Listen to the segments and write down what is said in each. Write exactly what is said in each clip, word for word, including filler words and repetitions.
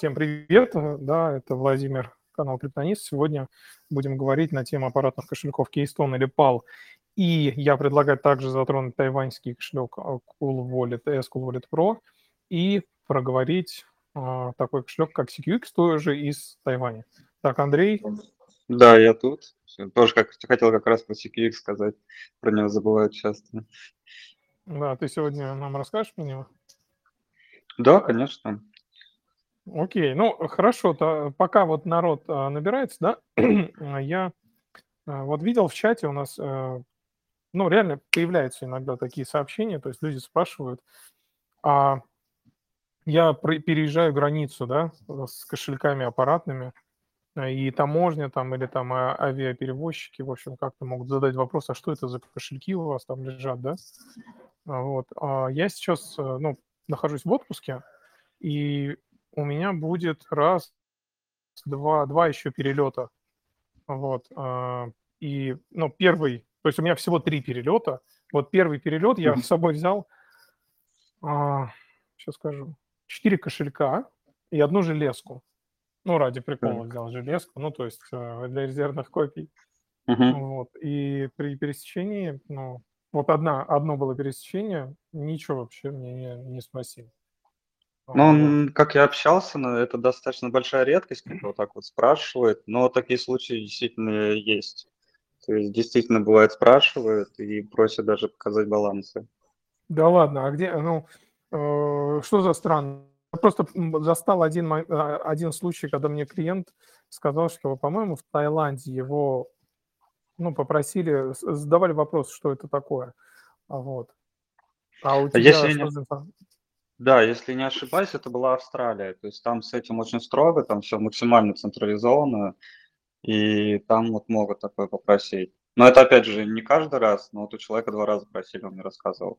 Всем привет, э, да, это Владимир, канал Криптонист. Сегодня будем говорить на тему аппаратных кошельков Keystone или пал. И я предлагаю также затронуть тайваньский кошелек а, Cool Wallet, S Cool Wallet Pro, и проговорить а, такой кошелек, как си кью икс, тоже из Тайваня. Так, Андрей, Да, я тут. Всё, тоже как хотел как раз про си кью икс сказать, про него забывают часто. да, ты сегодня нам расскажешь про него? Да, конечно. Окей, ну хорошо, то пока вот народ а, набирается, да, а, я а, вот видел в чате у нас, э, ну реально появляются иногда такие сообщения, то есть люди спрашивают, а я про- переезжаю границу, да, э, с кошельками аппаратными, э, и таможня там или там а, авиаперевозчики, в общем, как-то могут задать вопрос, а что это за кошельки у вас там лежат, да? А, Вот. А я сейчас, э, ну, нахожусь в отпуске, и у меня будет раз, два, два еще перелета. Вот. а, И, ну, первый, то есть у меня всего три перелета. Вот первый перелет я Мгм. с собой взял, сейчас скажу, четыре кошелька и одну железку. Ну, ради прикола Так. взял железку, ну, то есть э, для резервных копий. Мгм. Вот. И при пересечении, ну, вот одна, одно было пересечение, ничего вообще мне не, не спросили. А, Ну, Вот. м, как я общался, ну, это достаточно большая редкость, когда вот так вот спрашивают, но такие случаи действительно есть. То есть действительно бывает спрашивают и просят даже показать балансы. Да ладно, а где, ну, э, что за странно? Я просто м, застал один, мо- а, один случай, когда мне клиент сказал, что, по-моему, в Таиланде его, ну, попросили, с- задавали вопрос, что это такое. А Вот. А у А тебя если что не за инфа- Да, если не ошибаюсь, это была Австралия. То есть там с этим очень строго, там все максимально централизовано. И там вот могут такое попросить. Но это, опять же, не каждый раз, но вот у человека два раза просили, он мне рассказывал.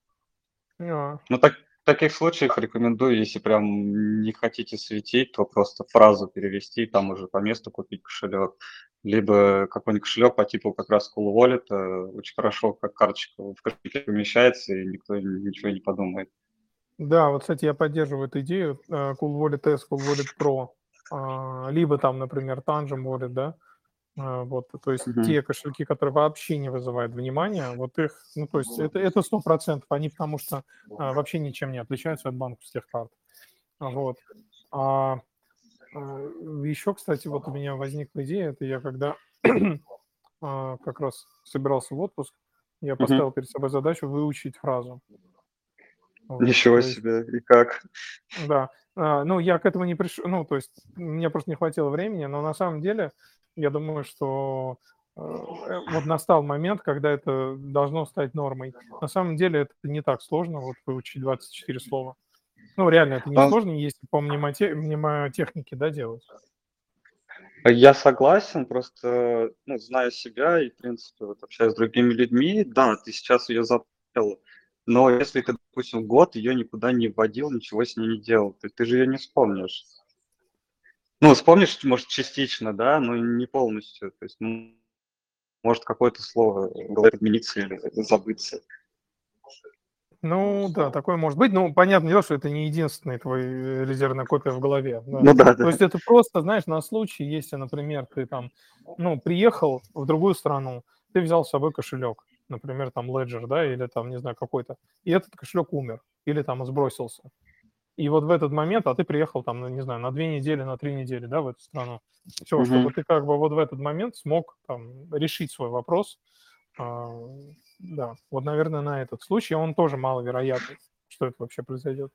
А, Ну, так, в таких случаях рекомендую, если прям не хотите светить, то просто фразу перевести, там уже по месту купить кошелек. Либо какой-нибудь кошелек по типу как раз Cool Wallet, э, очень хорошо, как карточка в кошельке помещается, и никто ничего не подумает. Да, вот, кстати, я поддерживаю эту идею. э, Cool Wallet S, Cool Wallet Pro, а, либо там, например, Tangent Wallet, да, А, вот, то есть Мгм. те кошельки, которые вообще не вызывают внимания, вот их, ну, то есть это, это сто процентов, они потому что а, вообще ничем не отличаются от банковских карт. А, Вот. А, а, еще, кстати, вот у меня возникла идея, это я когда а, как раз собирался в отпуск, я Мгм. поставил перед собой задачу выучить фразу. Вот, Ничего то есть, себе, и как? да, а, ну, я к этому не пришел, ну, то есть мне просто не хватило времени, но на самом деле я думаю, что э, э, вот настал момент, когда это должно стать нормой. На самом деле это не так сложно, вот выучить двадцать четыре слова. Ну, реально, это не Ну, сложно, если по мнемоте- мнемотехнике, да, делать. я согласен, просто, ну, зная себя и, в принципе, вот общаясь с другими людьми, да, ты сейчас ее запомнил, но если ты, допустим, год ее никуда не вводил, ничего с ней не делал, ты, ты же ее не вспомнишь. Ну, вспомнишь, может, частично, да, но не полностью. То есть, м, может, какое-то слово в голове подмениться или забыться. Ну да, такое может быть. Ну, понятное дело, что это не единственный твой э, резервная копия в голове, да. Ну да, То да. есть это просто, знаешь, на случай, если, например, ты там, ну, приехал в другую страну, ты взял с собой кошелек, например, там Ledger, да, или там, не знаю, какой-то, и этот кошелек умер, или там сбросился. И вот в этот момент, а ты приехал там, ну, не знаю, на две недели, на три недели, да, в эту страну. Все, Мгм. чтобы ты как бы вот в этот момент смог там решить свой вопрос, а, да, вот, наверное, на этот случай он тоже маловероятный, что это вообще произойдет.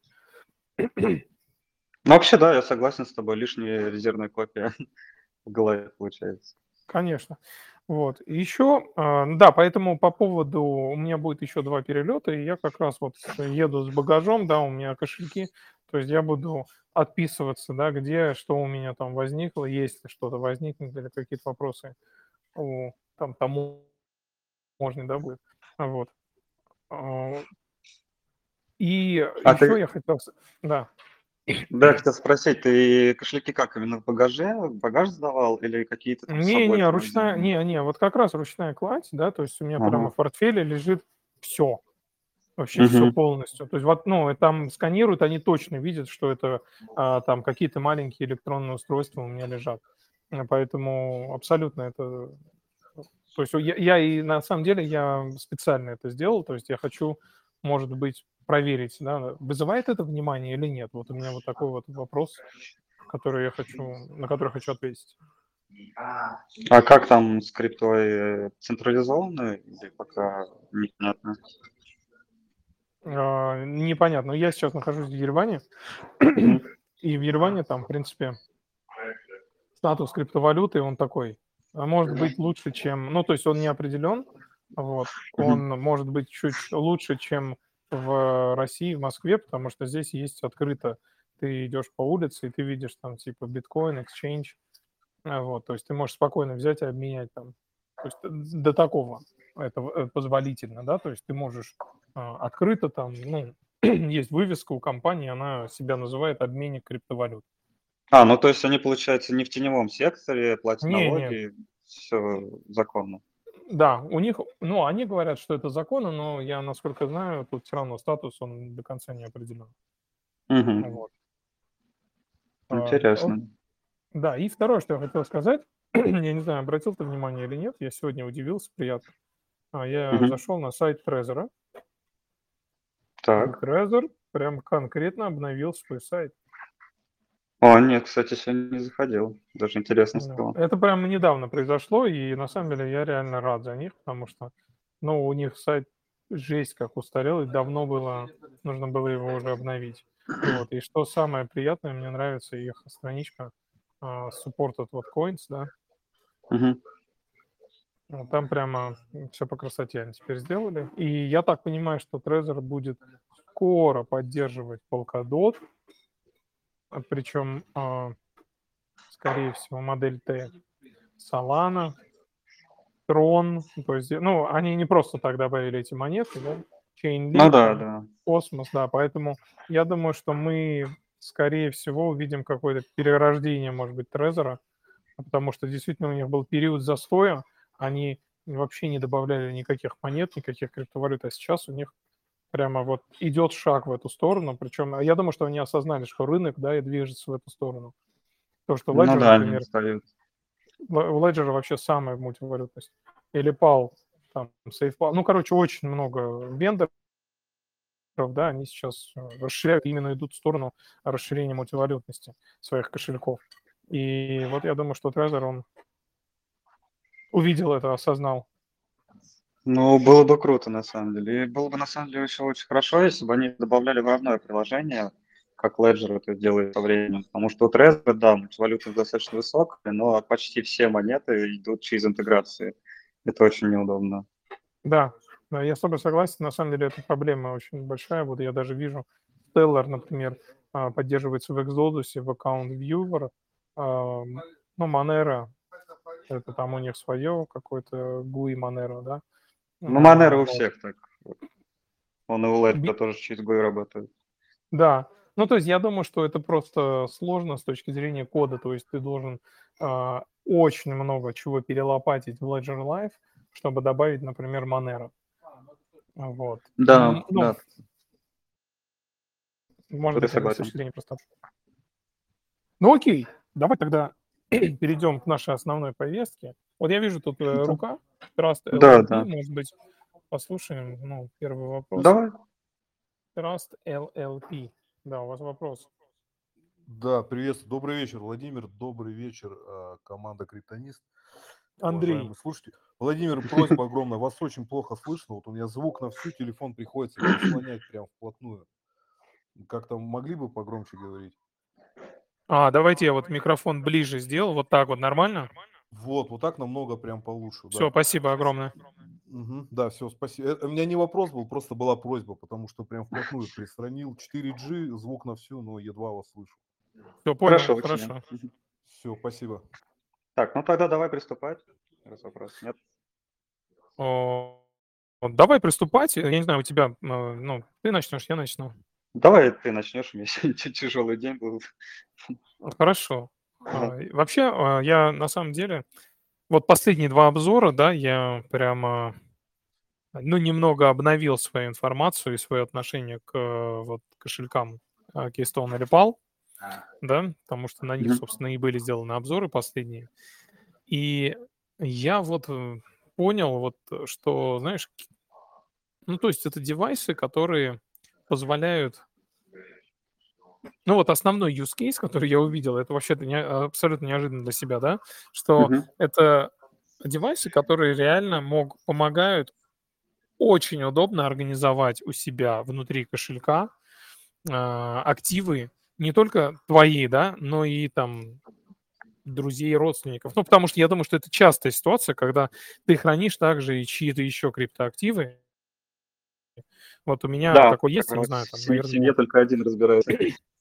Ну, вообще, да, я согласен с тобой, лишняя резервная копия в голове получается. Конечно. Вот. Еще, а, да, поэтому по поводу у меня будет еще два перелета, и я как раз вот с еду с багажом, да, у меня кошельки, то есть я буду отписываться, да, где, что у меня там возникло, есть ли что-то возникнет или какие-то вопросы у там таможни, да, будет. А, Вот. А, И А еще ты, я хотел... с- Да. да, хотел спросить, ты кошельки как, именно в багаже, в багаж сдавал или какие-то там с собой Не-не, ты возил? ручная, не-не, вот как раз ручная кладь, да, то есть у меня Ага. прямо в портфеле лежит все. Вообще все Мгм. полностью. То есть вот, ну, и там сканируют, они точно видят, что это а, там какие-то маленькие электронные устройства у меня лежат. Э, Поэтому абсолютно это... То есть я, я и на самом деле я специально это сделал, то есть я хочу, может быть, проверить, да, вызывает это внимание или нет. Вот у меня вот такой вот вопрос, который я хочу, на который хочу ответить. А как там с криптой э, централизованно или пока непонятно? А, Непонятно. Я сейчас нахожусь в Ереване, Мгм. и в Ереване там, в принципе, статус криптовалюты, он такой, а, может быть лучше, чем, ну, то есть он не определен, вот, Мгм. он может быть чуть лучше, чем в России, в Москве, потому что здесь есть открыто, ты идешь по улице, и ты видишь там типа биткоин, exchange, а, вот, то есть ты можешь спокойно взять и обменять там, то есть д- до такого это в- э, позволительно, да, то есть ты можешь а, открыто там, ну, есть вывеска у компании, она себя называет обменник криптовалют. А, ну то есть они, получается, не в теневом секторе, платят Не, не, налоги, все законно. да, у них, ну, они говорят, что это законно, но я, насколько знаю, тут все равно статус, он до конца не определен. Мгм. Вот. А, о- Интересно. Да, и второе, что я хотел сказать, я не знаю, обратил ты внимание или нет, я сегодня удивился приятно. А, Я Мгм. зашел на сайт Trezor, и Так. Trezor прям конкретно обновил свой сайт. О, нет, кстати, сегодня не заходил. Даже интересно Ну, стало. Это прямо недавно произошло, и на самом деле я реально рад за них, потому что, ну, у них сайт жесть как устарел, и давно было, нужно было его уже обновить. Вот, и что самое приятное, мне нравится их страничка а, supported вот coins, да, Мгм. вот там прямо все по красоте они теперь сделали. И я так понимаю, что Trezor будет скоро поддерживать Polkadot, а причем, а, скорее всего, модель T, Solana, Трон, то есть, ну, они не просто так добавили эти монеты, да, Ну Chainlink, да, там, да. Космос, да, поэтому я думаю, что мы, скорее всего, увидим какое-то перерождение, может быть, Трезора, потому что действительно у них был период застоя, они вообще не добавляли никаких монет, никаких криптовалют, а сейчас у них прямо вот идет шаг в эту сторону, причем я думаю, что они осознали, что рынок, да, и движется в эту сторону. То, что Ну Ledger, да, они например, отстают. у Ledger вообще самая мультивалютность. Или пал, там, SafePal. Ну, короче, очень много вендоров, да, они сейчас э, расширяют, именно идут в сторону расширения мультивалютности своих кошельков. И вот я думаю, что Trezor, он увидел это, осознал. Ну, было бы круто, на самом деле. И было бы, на самом деле, еще очень хорошо, если бы они добавляли войное приложение, как Ledger это делает со временем. Потому что у Trezor, да, валюта достаточно высокая, но почти все монеты идут через интеграции. Это очень неудобно. Да, да, я с тобой согласен. На самом деле, эта проблема очень большая. Вот я даже вижу, Stellar, например, а, поддерживается в Exodus, в Account Viewer. а, Ну, Monero, это там у них свое, какой-то джи ю ай Monero, да. Ну, А, Monero у вот. всех так. Он и у Ledger Би- тоже через джи ю ай работает. Да, ну, то есть я думаю, что это просто сложно с точки зрения кода, то есть ты должен а, очень много чего перелопатить в Ledger Live, чтобы добавить, например, Monero. Вот. М, Да, Ну, да, может тут я быть, они с согласен. точки зрения просто... Ну, окей, давай тогда перейдем к нашей основной повестке. Вот я вижу тут э, Да, рука, Trust да, эл эл пи, да. может быть, послушаем, ну, первый вопрос. Давай. Trust эл эл пи. Да, у вас вопрос. Да, приветствую. Добрый вечер, Владимир. Добрый вечер, а, команда Криптонист. Андрей. Уважаемые слушатели. Владимир, просьба огромная. Вас очень плохо слышно. Вот у меня звук на всю, телефон приходится прислонять прям вплотную. Как-то могли бы погромче говорить? А, давайте я вот микрофон ближе сделал, вот так вот, нормально? Вот, вот так намного прям получше, Все, да. спасибо огромное. Мгм, да, все, спасибо. Э, У меня не вопрос был, просто была просьба, потому что прям вплотную пристранил. четыре джи, звук на всю, но едва вас слышу. Все, понял, Хорошо, учтем. хорошо. Мгм. Все, спасибо. Так, ну тогда давай приступать. Раз вопрос нет. О, вот давай приступать. Я не знаю, у тебя, э, ну, ты начнешь, я начну. Давай ты начнешь, у меня сегодня тяжелый день был. Хорошо. Ага. А, и Вообще, а, я на самом деле, вот последние два обзора, да, я прямо ну, немного обновил свою информацию и свое отношение к э, вот кошелькам э, Keystone или пал, да, потому что на них, Мгм. собственно, и были сделаны обзоры последние. И я вот э, понял, вот, э, что, знаешь, к- ну, то есть это девайсы, которые позволяют, ну, вот основной use case, который я увидел, это вообще-то не, абсолютно неожиданно для себя, да, что Мгм. это девайсы, которые реально мог, помогают очень удобно организовать у себя внутри кошелька а, активы не только твои, да, но и там друзей, родственников. Ну, потому что я думаю, что это частая ситуация, когда ты хранишь также и чьи-то еще криптоактивы. Вот у меня Да, такой как есть, я не раз знаю, в там, се- в наверное, семье нет. только один разбирается.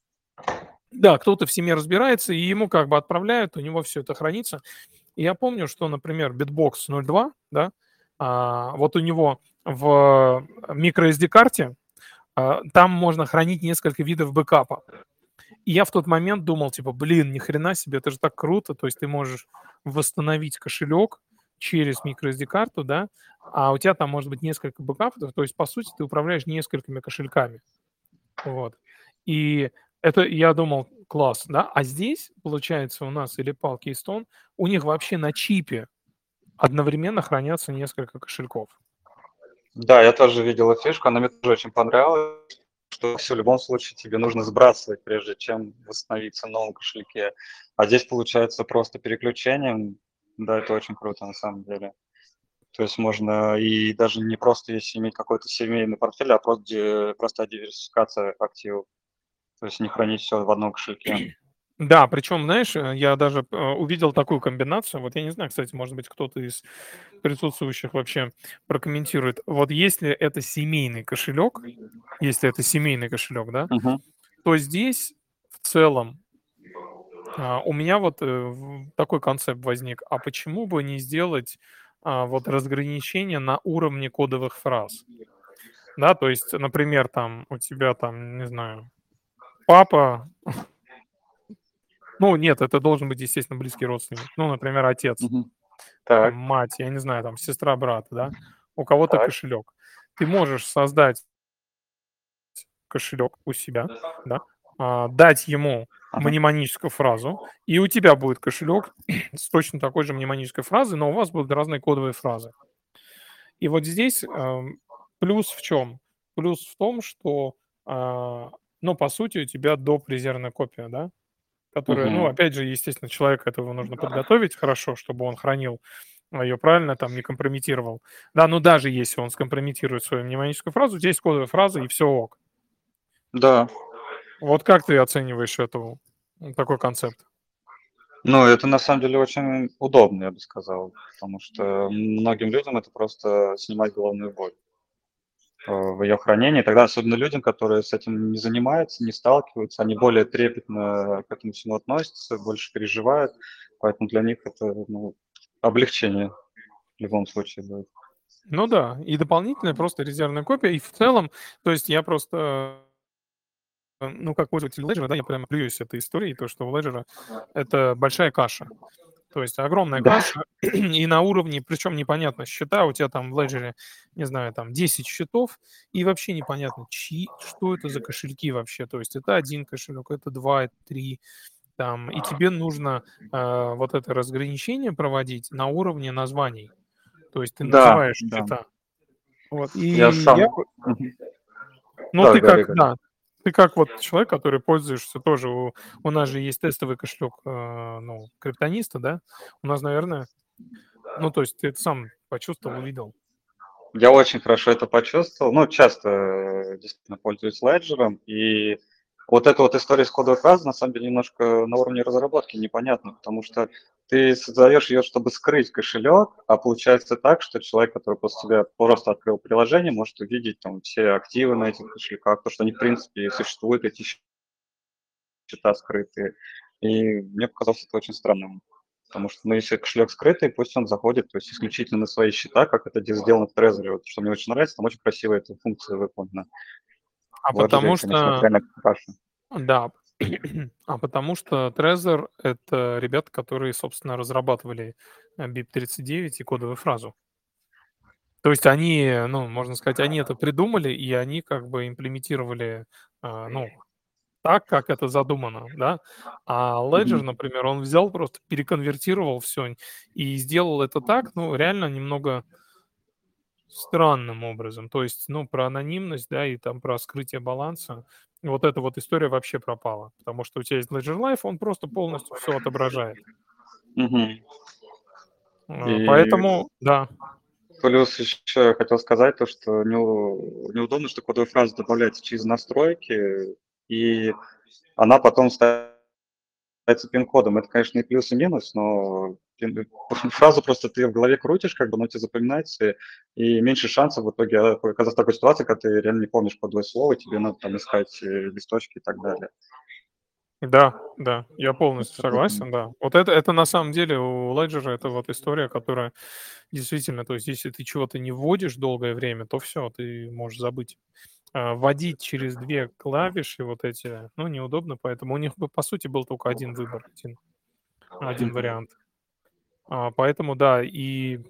Да, кто-то в семье разбирается, и ему как бы отправляют, у него все это хранится. И я помню, что, например, Bitbox ноль два, да, а, вот у него в microSD-карте а, там можно хранить несколько видов бэкапа. И я в тот момент думал, типа, блин, ни хрена себе, это же так круто. То есть ты можешь восстановить кошелек через microSD-карту, да, а у тебя там может быть несколько бэкапов. То есть, по сути, ты управляешь несколькими кошельками. Вот. И это я думал, класс, да. А здесь, получается, у нас или пал Keystone, у них вообще на чипе одновременно хранятся несколько кошельков. Да, я тоже видел эту фишку, она мне тоже очень понравилась, что все в любом случае тебе нужно сбрасывать, прежде чем восстановиться в новом кошельке. А здесь получается просто переключением. Да, это очень круто на самом деле. То есть можно и даже не просто если иметь какой-то семейный портфель, а просто, ди- просто диверсификация активов. То есть не хранить все в одном кошельке. Да, причем, знаешь, э, я даже э, увидел такую комбинацию. Вот я не знаю, кстати, может быть, кто-то из присутствующих вообще прокомментирует. Вот если это семейный кошелек, если это семейный кошелек, да, Мгм. то здесь в целом а, у меня вот э, в- такой концепт возник. А почему бы не сделать а, вот разграничение на уровне кодовых фраз? Да, то есть, например, там у тебя там, не знаю, папа, ну нет, это должен быть, естественно, близкий родственник. Ну, например, отец. Мгм. Там Так, мать, я не знаю, там сестра, брат, да, у кого-то так. кошелек. Ты можешь создать кошелек у себя, да, а, дать ему Ага. мнемоническую фразу, и у тебя будет кошелек с точно такой же мнемонической фразой, но у вас будут разные кодовые фразы. И вот здесь ам, плюс в чем? Плюс в том, что, а, ну, по сути, у тебя доп. Резервная копия, да, которая, ну, Мгм. опять же, естественно, человека этого нужно подготовить хорошо, чтобы он хранил ее правильно, там, не компрометировал. Да, ну, даже если он скомпрометирует свою мнемоническую фразу, здесь кодовая фраза, и все ок. Да. Вот как ты оцениваешь эту, м, такой концепт? Ну, это на самом деле очень удобно, я бы сказал, потому что многим людям это просто снимает головную боль э, в ее хранении. Тогда особенно людям, которые с этим не занимаются, не сталкиваются, они более трепетно к этому всему относятся, больше переживают, поэтому для них это ну, облегчение в любом случае будет. Ну да, и дополнительная просто резервная копия. И в целом, то есть я просто, э, ну, как пользователь Ledger, да, я прямо плююсь этой историей, то, что у Ledger это большая каша. То есть огромная Да, каша, и на уровне, причем непонятно, счета, у тебя там в Ledger, не знаю, там десять счетов, и вообще непонятно, чьи, что это за кошельки вообще. То есть это один кошелек, это два, это три, там, и тебе нужно э, вот это разграничение проводить на уровне названий. То есть ты да, называешь да. счета. Вот, Я и я, сам. Мгм. ну, Да, ты Гарри, как, Гарри. да, ты как вот человек, который пользуешься тоже, у, у нас же есть тестовый кошелек, э, ну, криптониста, да, у нас, наверное, ну, то есть ты это сам почувствовал, увидел. Я очень хорошо это почувствовал. Ну, часто э, действительно пользуюсь Ledger, и вот эта вот история с кодовой фразой, на самом деле, немножко на уровне разработки непонятно, потому что ты создаешь ее, чтобы скрыть кошелек, а получается так, что человек, который после тебя просто открыл приложение, может увидеть там все активы на этих кошельках, то, что они, в принципе, существуют, эти счета скрытые. И мне показалось это очень странным. Потому что, ну, если кошелек скрытый, пусть он заходит, то есть исключительно на свои счета, как это де- сделано в Trezor. Вот, что мне очень нравится, там очень красиво эта функция выполнена. А В Ledger, потому конечно, это что, реально каша. да, а потому что Trezor — это ребята, которые, собственно, разрабатывали э, бип тридцать девять и кодовую фразу. То есть они, ну, можно сказать, они это придумали, и они как бы имплементировали, а, ну, так, как это задумано, да. А Ledger, Мгм. например, он взял, просто переконвертировал все и сделал это так, ну, реально немного странным образом. То есть, ну, про анонимность, да, и там про скрытие баланса. Вот эта вот история вообще пропала, потому что у тебя есть Ledger Live, он просто полностью все отображает. Мгм. А, И поэтому да. плюс еще я хотел сказать то, что неу- неудобно, что кодовая фраза добавляется через настройки, и она потом ставится пин-кодом. Это, конечно, и плюс, и минус, но пин- фразу просто ты в голове крутишь, как бы, но тебе запоминается, и меньше шансов в итоге оказаться в такой ситуации, когда ты реально не помнишь кодовое слово, тебе надо там искать э, листочки и так далее. Да, да, я полностью Поэтому. согласен, да. Вот это это на самом деле у Ledger это вот история, которая действительно, то есть если ты чего-то не вводишь долгое время, то все, ты можешь забыть. А, вводить через две клавиши вот эти, ну, неудобно, поэтому у них бы, по сути, был только один выбор, один один Мгм. вариант. А, поэтому да, и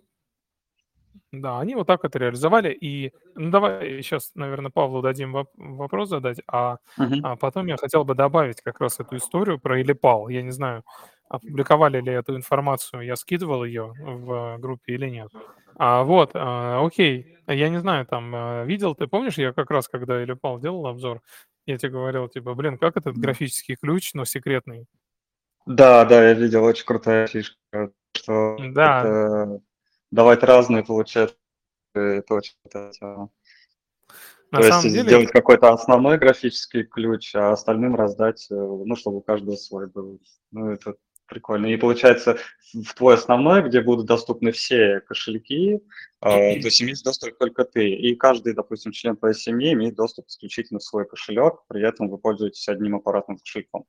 да, они вот так это реализовали. И, ну, давай сейчас, наверное, Павлу дадим воп вопрос задать, а, Мгм. а потом я хотел бы добавить как раз эту историю про Элипал. Я не знаю, опубликовали ли эту информацию, я скидывал ее в группе или нет. А, вот, а, окей, я не знаю, там, а, видел ты, помнишь, я как раз, когда Элипал делал обзор, я тебе говорил, типа, блин, как этот графический ключ, но секретный? Да, да, я видел, очень крутая фишка, что Да, это давать разные, получается, это очень крутая тема. на То есть самом деле сделать какой-то основной графический ключ, а остальным раздать, э, ну, чтобы у каждого свой был. Ну, это прикольно. И получается, в твой основной, где будут доступны все кошельки, а, то есть имеет доступ только ты. И каждый, допустим, член твоей семьи имеет доступ исключительно в свой кошелек, при этом вы пользуетесь одним аппаратным кошельком.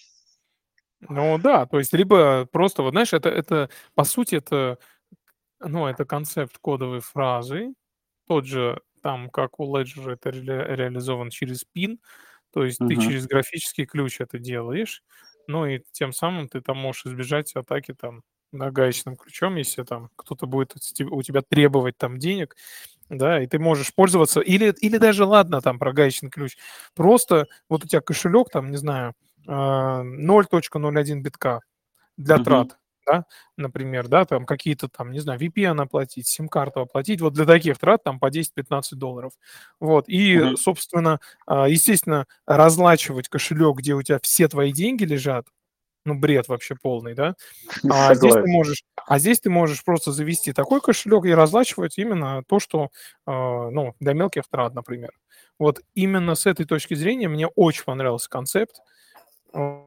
ну да, то есть либо просто, вот знаешь, это это по сути это, ну, это концепт кодовой фразы, тот же там, как у Ledger это реали реализован через пин, то есть ты Мгм. через графический ключ это делаешь, ну и тем самым ты там можешь избежать атаки там, да, гаечным ключом, если там кто-то будет с те у тебя требовать там денег, да, и ты можешь пользоваться или или даже ладно там про гаечный ключ, просто вот у тебя кошелек там, не знаю, а, ноль точка ноль один битка для Мгм. трат, да, например, да, там какие-то там, не знаю, ви пи эн оплатить, сим-карту оплатить, вот для таких трат там по десять-пятнадцать долларов. Вот, и, Мгм. собственно, а, естественно, разлачивать кошелек, где у тебя все твои деньги лежат, ну, бред вообще полный, да. А здесь ты Согласен. можешь а здесь ты можешь просто завести такой кошелек и разлачивать именно то, что, а, ну, для мелких трат, например. Вот именно с этой точки зрения мне очень понравился концепт. А,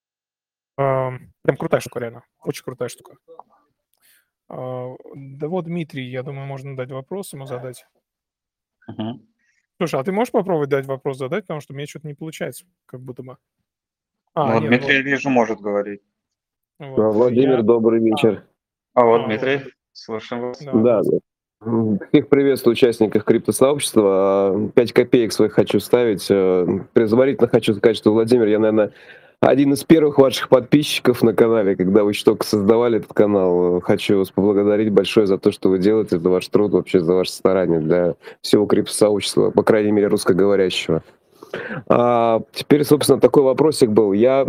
ам, прям крутая штука, реально, очень крутая штука. А, да вот Дмитрий, я думаю, можно дать вопрос ему задать. Мгм. Слушай, а ты можешь попробовать дать вопрос задать, потому что у меня чё-то не получается, как будто бы. Ну, А, вот нет, Дмитрий, вот, я вижу, может говорить. вот, А, э, Владимир, я добрый а, вечер. А вот а, вот, Дмитрий, Дмитрий. слушаем вас. Да, Да, здравствуйте. м, всех приветствую участников криптосообщества. А, Пять копеек своих хочу ставить. Э, Предварительно хочу сказать, что, Владимир, я, наверное, один из первых ваших подписчиков на канале, когда вы еще только создавали этот канал. Э, Хочу вас поблагодарить большое за то, что вы делаете, за ваш труд, вообще за ваше старание для всего криптосообщества, по крайней мере, русскоговорящего. А теперь, собственно, такой вопросик был. Я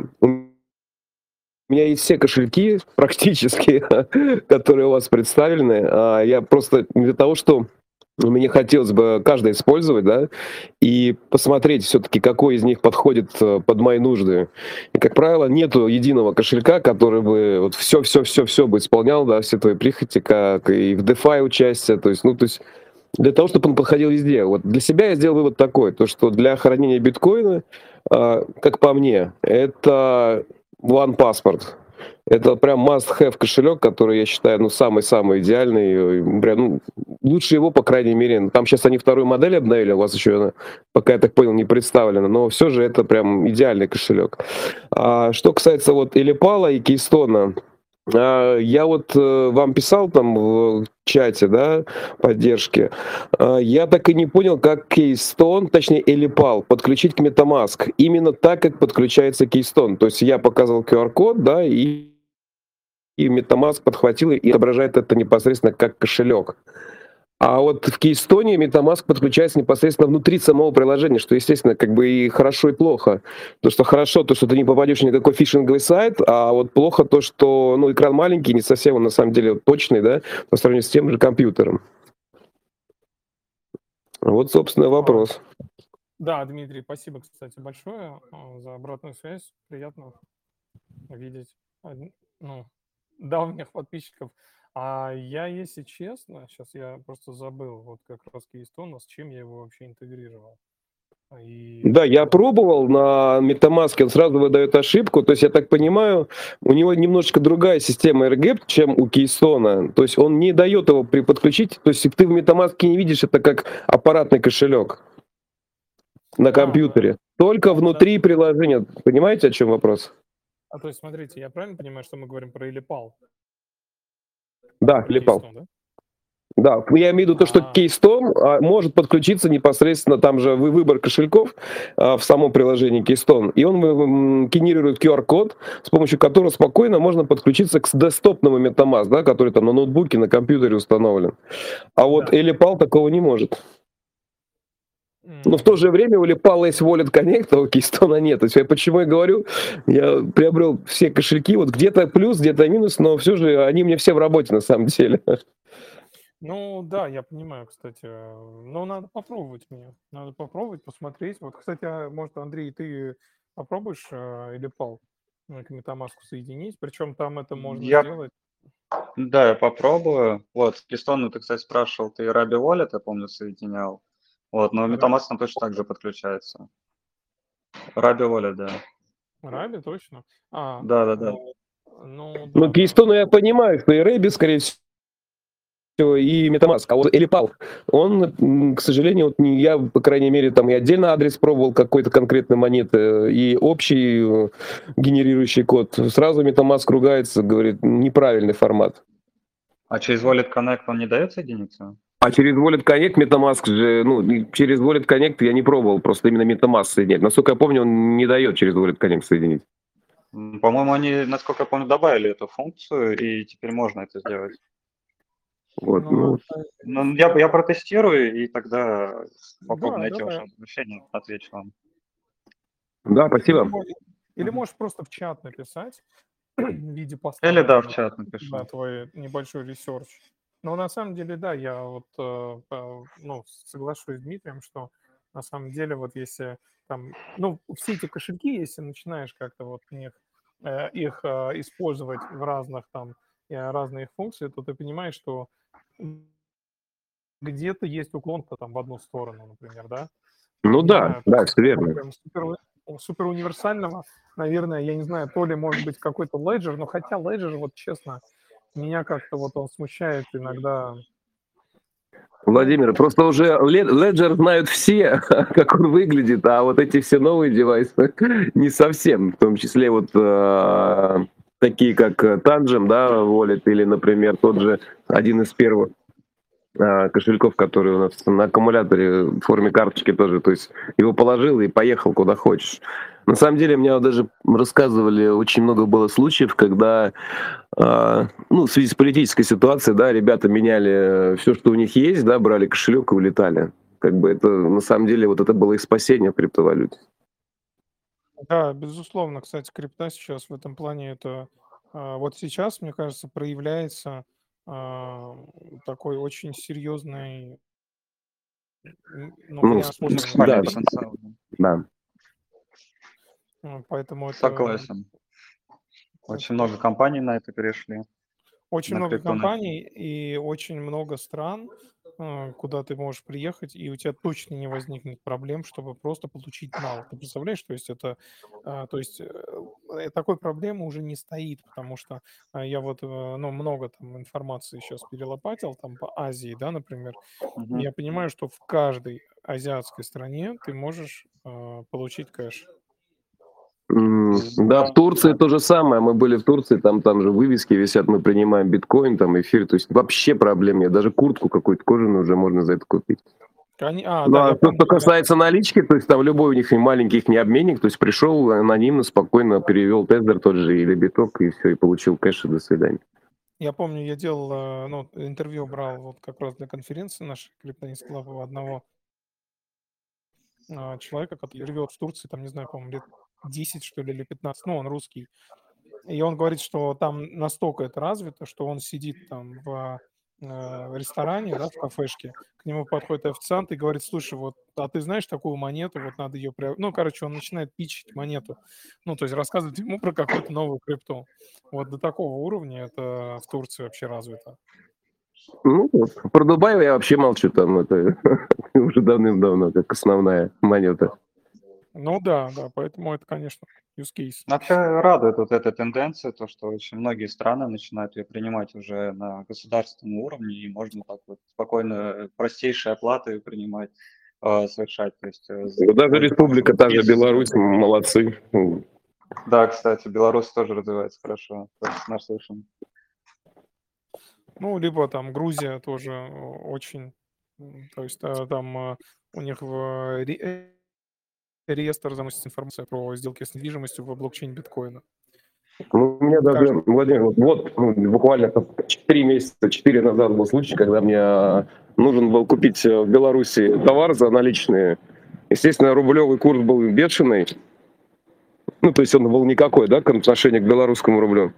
У меня есть все кошельки практически, которые у вас представлены. А, Я просто не для того, что мне хотелось бы каждый использовать, да, и посмотреть все-таки, какой из них подходит э, под мои нужды. И, как правило, нету единого кошелька, который бы вот все-все-все-все бы исполнял, да, все твои прихоти, как и в DeFi участие, то есть, ну, то есть для того, чтобы он подходил везде. Вот для себя я сделал вывод такой, то что для хранения биткоина, а, как по мне, это OnePassport. Это прям must-have кошелек, который я считаю, ну, самый-самый идеальный. э, Прям, ну, лучше его, по крайней мере. Там сейчас они вторую модель обновили, у вас еще она, пока я так понял, не представлена, но все же это прям идеальный кошелек. А что касается вот Элипала и Кейстона, а, я вот э, вам писал там в чате, да, поддержки. А, Я так и не понял, как Keystone, точнее Элипал, подключить к MetaMask. Именно так, как подключается Keystone. То есть я показывал ку ар-код, да, и, и MetaMask подхватил и отображает это непосредственно как кошелек. А вот в Keystone MetaMask подключается непосредственно внутри самого приложения, что, естественно, как бы и хорошо, и плохо. То, что хорошо, то, что ты не попадешь ни на какой фишинговый сайт, а вот плохо то, что, ну, экран маленький, не совсем он, на самом деле, точный, да, по сравнению с тем же компьютером. Вот, собственно, вопрос. Да, Дмитрий, спасибо, кстати, большое а, за обратную связь. Приятно видеть од- ну, давних подписчиков. А я, если честно, сейчас я просто забыл, вот как раз Keystone, с чем я его вообще интегрировал. И Да, я вот, пробовал на MetaMask, он сразу выдает ошибку. То есть, я так понимаю, у него немножечко другая система AirGap, чем у Keystone. То есть, он не дает его при подключить. То есть, ты в MetaMask не видишь это как аппаратный кошелек на а, компьютере. Только внутри приложения. Понимаете, о чем вопрос? а то есть, смотрите, я правильно понимаю, что мы говорим про Elipal? Да, Про Липал. Keystone, да? Да, я имею в виду то, что А. Keystone а, может подключиться непосредственно, там же вы- выбор кошельков а, в самом приложении Keystone, и он м, генерирует ку ар-код, с помощью которого спокойно можно подключиться к десктопному MetaMask, да, который там на ноутбуке, на компьютере установлен. А вот Да. Elipal такого не может. Но в М, то же время у Elipal есть Wallet Connect, а у Keystone нет. То есть я почему я говорю, я приобрел все кошельки, вот где-то плюс, где-то минус, но все же они мне все в работе на самом деле. Ну да, я понимаю, кстати. э, Но надо попробовать мне. Надо попробовать, посмотреть. Вот, кстати, а может, Андрей, ты попробуешь э, Elipal э, к MetaMask соединить? Причем там это можно Я, сделать. да, я попробую. Вот, с Keystone ты, кстати, спрашивал, ты Rabi Wallet, я помню, соединял. Вот, но Ра- MetaMask там точно так же подключается. Rabi Wallet, да. Раби, точно? А, Да, да, да. ну, ну Ну, да, да. Keystone я понимаю, что и Рэби, скорее всего, и MetaMask. А вот Elipal, он, м, к сожалению, вот не- я, по крайней мере, там и отдельно адрес пробовал какой-то конкретной монеты, и общий э, генерирующий код. Сразу MetaMask ругается, говорит, неправильный формат. А через Wallet Connect он не дает соединиться? А через Wallet Connect MetaMask же, ну, и через Wallet Connect я не пробовал, просто именно MetaMask соединять. Насколько я помню, он не дает через Wallet Connect соединить. М, По-моему, они, насколько я помню, добавили эту функцию, и теперь можно это сделать. Вот, Ну, ну, это- Ну, я, я протестирую, и тогда попробую да, найти давай. ваше решение, отвечу вам. да, Или, спасибо. мо- или Мгм. можешь просто в чат написать в виде поста, Или да, в наверное, чат да, напишу. твой небольшой ресерч. Но на самом деле, да, я вот э, по- ну, соглашусь с Дмитрием, что на самом деле вот если там, ну, все эти кошельки, если начинаешь как-то вот в них, э, их э, использовать в разных там, э, разные их функции, то ты понимаешь, что где-то есть уклон-то там в одну сторону, например, да? Ну Не да, знаю, то да, есть все такого верно. прям супер, супер универсального, наверное, я не знаю, то ли может быть какой-то Ledger, но хотя Ledger, вот честно, меня как-то вот он смущает иногда. Ну, Владимир, просто уже Ле- Ledger знают все, как он выглядит, а вот эти все новые девайсы не совсем, в том числе вот э, такие как э, Tangent, да, Wallet, или, например, тот же один из первых э, кошельков, который у нас на аккумуляторе в форме карточки тоже, то есть его положил и поехал куда хочешь. На самом деле, мне вот даже рассказывали, очень много было случаев, когда а, ну, в связи с политической ситуацией, да, ребята меняли все, что у них есть, да, брали кошелек и улетали. Как бы это, на самом деле, вот это было их спасение в криптовалюте. да, безусловно, кстати, крипта сейчас в этом плане это а, вот сейчас, мне кажется, проявляется а, такой очень серьезный м, ну, Ну, вариант с- использования Максимальный да, крипты, потенциал. да. а, поэтому это Согласен. Очень это много компаний на это перешли, очень на много крипту. на- компаний и очень много стран, а, куда ты можешь приехать, и у тебя точно не возникнет проблем, чтобы просто получить нал. Ты представляешь, то есть это, а, то есть э, э, такой проблемы уже не стоит, потому что а, я вот, э, ну, много там информации сейчас перелопатил, там по Азии, да, например, и Мгм. я понимаю, что в каждой азиатской стране ты можешь а, получить кэш. М, Да, в Да, Турции да. то же самое. Мы были в Турции, там, там же вывески висят, мы принимаем биткоин, там эфир, то есть вообще проблем нет. Даже куртку какую-то кожаную уже можно за это купить. Они, а, Ну, да, а я то, помню, что говорят, касается налички, то есть там любой у них маленький их не обменник, то есть пришел анонимно, спокойно перевел тезер тот же или биток, и все, и получил кэш, и до свидания. Я помню, я делал, э, ну, интервью брал вот как раз для конференции нашей Криптонит Клаб у одного а, человека, который живет в Турции, там, не знаю, по-моему, лет десять, что ли, или пятнадцать, ну, он русский. И он говорит, что там настолько это развито, что он сидит там в э, ресторане, да, в кафешке, к нему подходит официант и говорит: слушай, вот, а ты знаешь такую монету, вот надо ее... приобрести. Ну, короче, он начинает пичить монету, ну, то есть рассказывать ему про какую-то новую крипту. Вот до такого уровня это в Турции вообще развито. Ну, вот. Про Дубай я вообще молчу, там это уже давным-давно как основная монета. Ну да, да, поэтому это, конечно, use case. Вообще радует вот эта тенденция, то, что очень многие страны начинают ее принимать уже на государственном уровне, и можно так вот спокойно э, простейшие оплаты принимать, э, совершать. То есть, э, Ну, даже можно республика, та же без- Беларусь, молодцы. Да, кстати, Беларусь тоже развивается хорошо, то есть наслышан. Ну, либо там Грузия тоже э, очень, м, то есть э, там э, у них в ре- э, реестр заносится информация про сделки с недвижимостью в блокчейн биткоина. Ну, у меня даже, Каждый- Владимир, вот, вот, ну, буквально четыре месяца, четыре назад был случай, когда мне а, нужен был купить э, в Беларуси товар за наличные. Естественно, рублевый курс был бешеный. Ну, то есть он был никакой, да, к отношению к белорусскому рублю.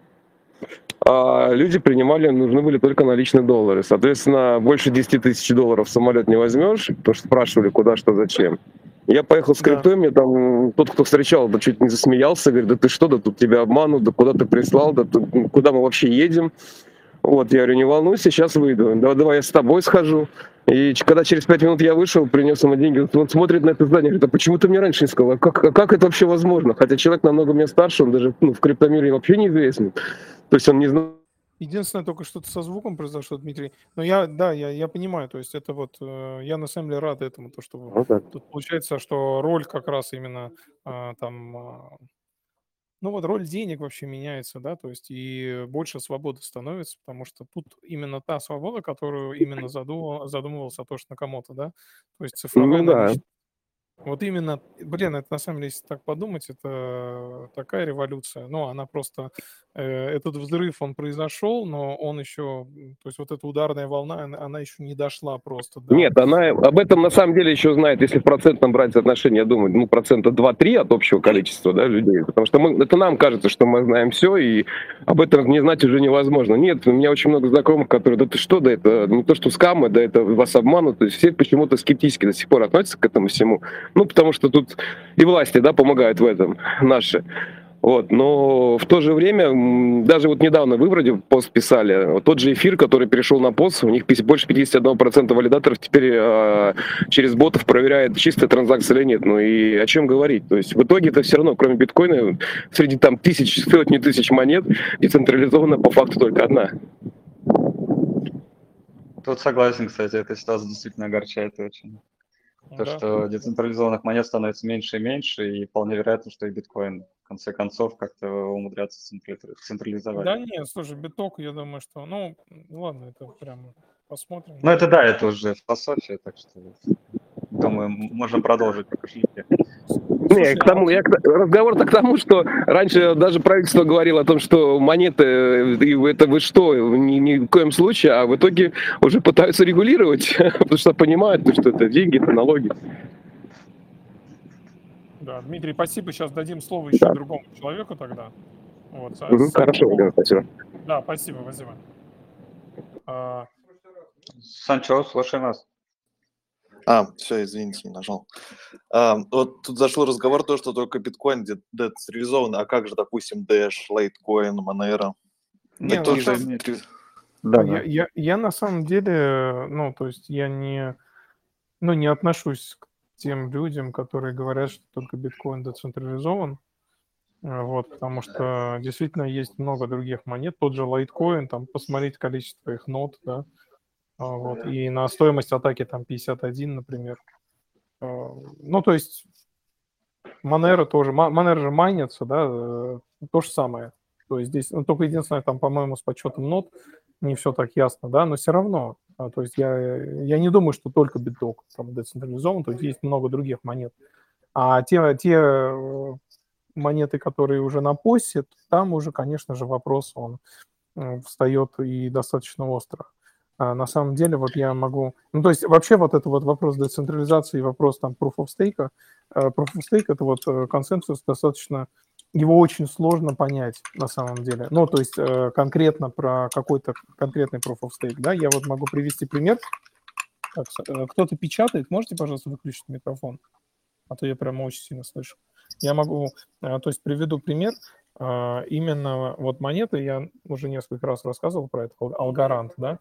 А люди принимали, нужны были только наличные доллары. Соответственно, больше десять тысяч долларов в самолет не возьмешь, потому что спрашивали, куда, что, зачем. Я поехал с Да. криптой, мне там тот, кто встречал, да чуть не засмеялся, говорит: да ты что, да тут тебя обманут, да куда ты прислал, да тут, куда мы вообще едем? Вот, я говорю: не волнуйся, сейчас выйду, да, давай я с тобой схожу. И ч- когда через пять минут я вышел, принес ему деньги, он смотрит на это здание, говорит: а почему ты мне раньше не сказал? А как, а как это вообще возможно? Хотя человек намного меня старше, он даже ну, в криптомире вообще неизвестен. То есть он не знает. Единственное, только что-то со звуком произошло, Дмитрий. Но я, да, я, я понимаю, то есть это вот, э, я на самом деле рад этому, то, что вы- Вот так. тут получается, что роль как раз именно а, там, а, ну вот роль денег вообще меняется, да, то есть и больше свободы становится, потому что тут именно та свобода, которую именно задумывал, задумывал Сатоши Накамото, да, то есть цифровая Ну да. наличность. Вот именно, блин, это на самом деле, если так подумать, это такая революция. Ну, она просто, э, этот взрыв, он произошел, но он еще, м, то есть вот эта ударная волна, она, она еще не дошла просто до... Нет, она об этом на самом деле еще знает, если в процентном брать соотношение, я думаю, ну, процента два-три от общего количества, да, людей. Потому что мы, это нам кажется, что мы знаем все, и об этом не знать уже невозможно. Нет, у меня очень много знакомых, которые: да ты что, да это не то, что скамы, да это вас обманут. То есть все почему-то скептически до сих пор относятся к этому всему. Ну, потому что тут и власти, да, помогают в этом, наши. Вот, но в то же время, м, даже вот недавно вы вроде пост писали, вот тот же эфир, который перешел на пост, у них пи- больше пятьдесят один процент валидаторов теперь э, через ботов проверяет, чистая транзакция или нет. Ну и о чем говорить? То есть в итоге это все равно, кроме биткоина, среди там тысяч, сотни тысяч монет, децентрализованная по факту только одна. Тут согласен, кстати, эта ситуация действительно огорчает очень. То, Да. что децентрализованных монет становится меньше и меньше, и вполне вероятно, что и биткоин в конце концов как-то умудряться централи- централизовать. Да нет, слушай, биток, я думаю, что, ну, м, ладно, это прям посмотрим. Ну, это да, это уже философия, так что, думаю, м- можем продолжить по кошельке. Не, Слушай, к а тому, я, к- разговор-то к тому, что раньше даже правительство говорило о том, что монеты, э, и вы- это вы что, ни, ни в коем случае, а в итоге уже пытаются регулировать, потому что понимают, что это деньги, это налоги. да, Дмитрий, спасибо. Сейчас дадим слово еще Да. другому человеку тогда. Вот, со- Мгм, с хорошо, такого- Владимир, спасибо. Да, спасибо, спасибо. А, Санчо, слушаем вас. А, все, извините, не нажал. А, вот тут зашел разговор, то, что только биткоин де- децентрализован, а как же, допустим, Dash, Litecoin, Monero? Не, Это ну, тоже там- центри- Да, я, я, я на самом деле, ну, то есть я не, ну, не отношусь к тем людям, которые говорят, что только биткоин децентрализован. А, Вот, потому что действительно есть много других монет, тот же Litecoin, там посмотреть количество их нод, да, а, вот, и на стоимость атаки там пятьдесят один, например. А, Ну, то есть Monero тоже, Ма- Monero же майнится, да, э, то же самое. То есть здесь, ну, только единственное, там, по-моему, с подсчетом нод не все так ясно, да, но все равно, а, то есть я, я не думаю, что только биток там децентрализован, то есть есть много других монет. А те, те э, монеты, которые уже на посе, там уже, конечно же, вопрос, он м, встает и достаточно остро. А на самом деле вот я могу... Ну, то есть вообще вот это вот вопрос децентрализации и вопрос там proof of stake, э, proof of stake это вот э, консенсус достаточно... Его очень сложно понять на самом деле. Ну, то есть э, конкретно про какой-то конкретный proof of stake, да, я вот могу привести пример. Так, с- э, кто-то печатает, можете, пожалуйста, выключить микрофон? А то я прямо очень сильно слышу. Я могу, э, то есть приведу пример. А, Именно вот монеты, я уже несколько раз рассказывал про это, Ал- Algorand, да,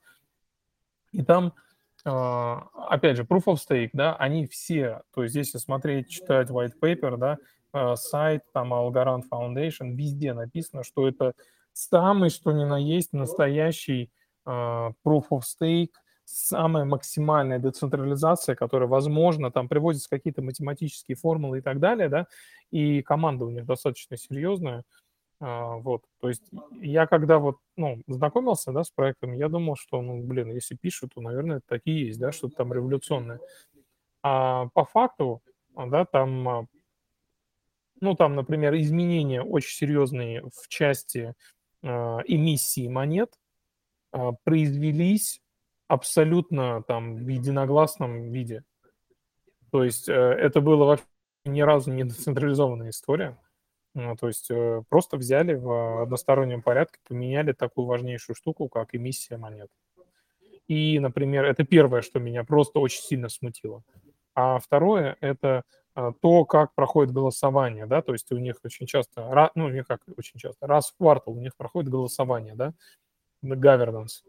и там, а, опять же, proof of stake, да, они все, то есть если смотреть, читать white paper, да, а, сайт, там, Algorand Foundation, везде написано, что это самый, что ни на есть, настоящий а, proof of stake, самая максимальная децентрализация, которая возможна, там приводятся какие-то математические формулы и так далее, да, и команда у них достаточно серьезная. А, вот, то есть я когда вот, ну, знакомился, да, с проектом, я думал, что, ну, блин, если пишут, то, наверное, это такие есть, да, что-то там революционное. А по факту, а, да, там, а, ну, там, например, изменения очень серьезные в части а, эмиссии монет а, произвелись абсолютно там в единогласном виде. То есть э, это было вообще ни разу не децентрализованная история. Ну, то есть э, просто взяли в одностороннем порядке, поменяли такую важнейшую штуку, как эмиссия монет. И, например, это первое, что меня просто очень сильно смутило. А второе– это а, то, как проходит голосование, да, то есть у них очень часто, ра- ну, не как очень часто, раз в квартал у них проходит голосование, да, на governance.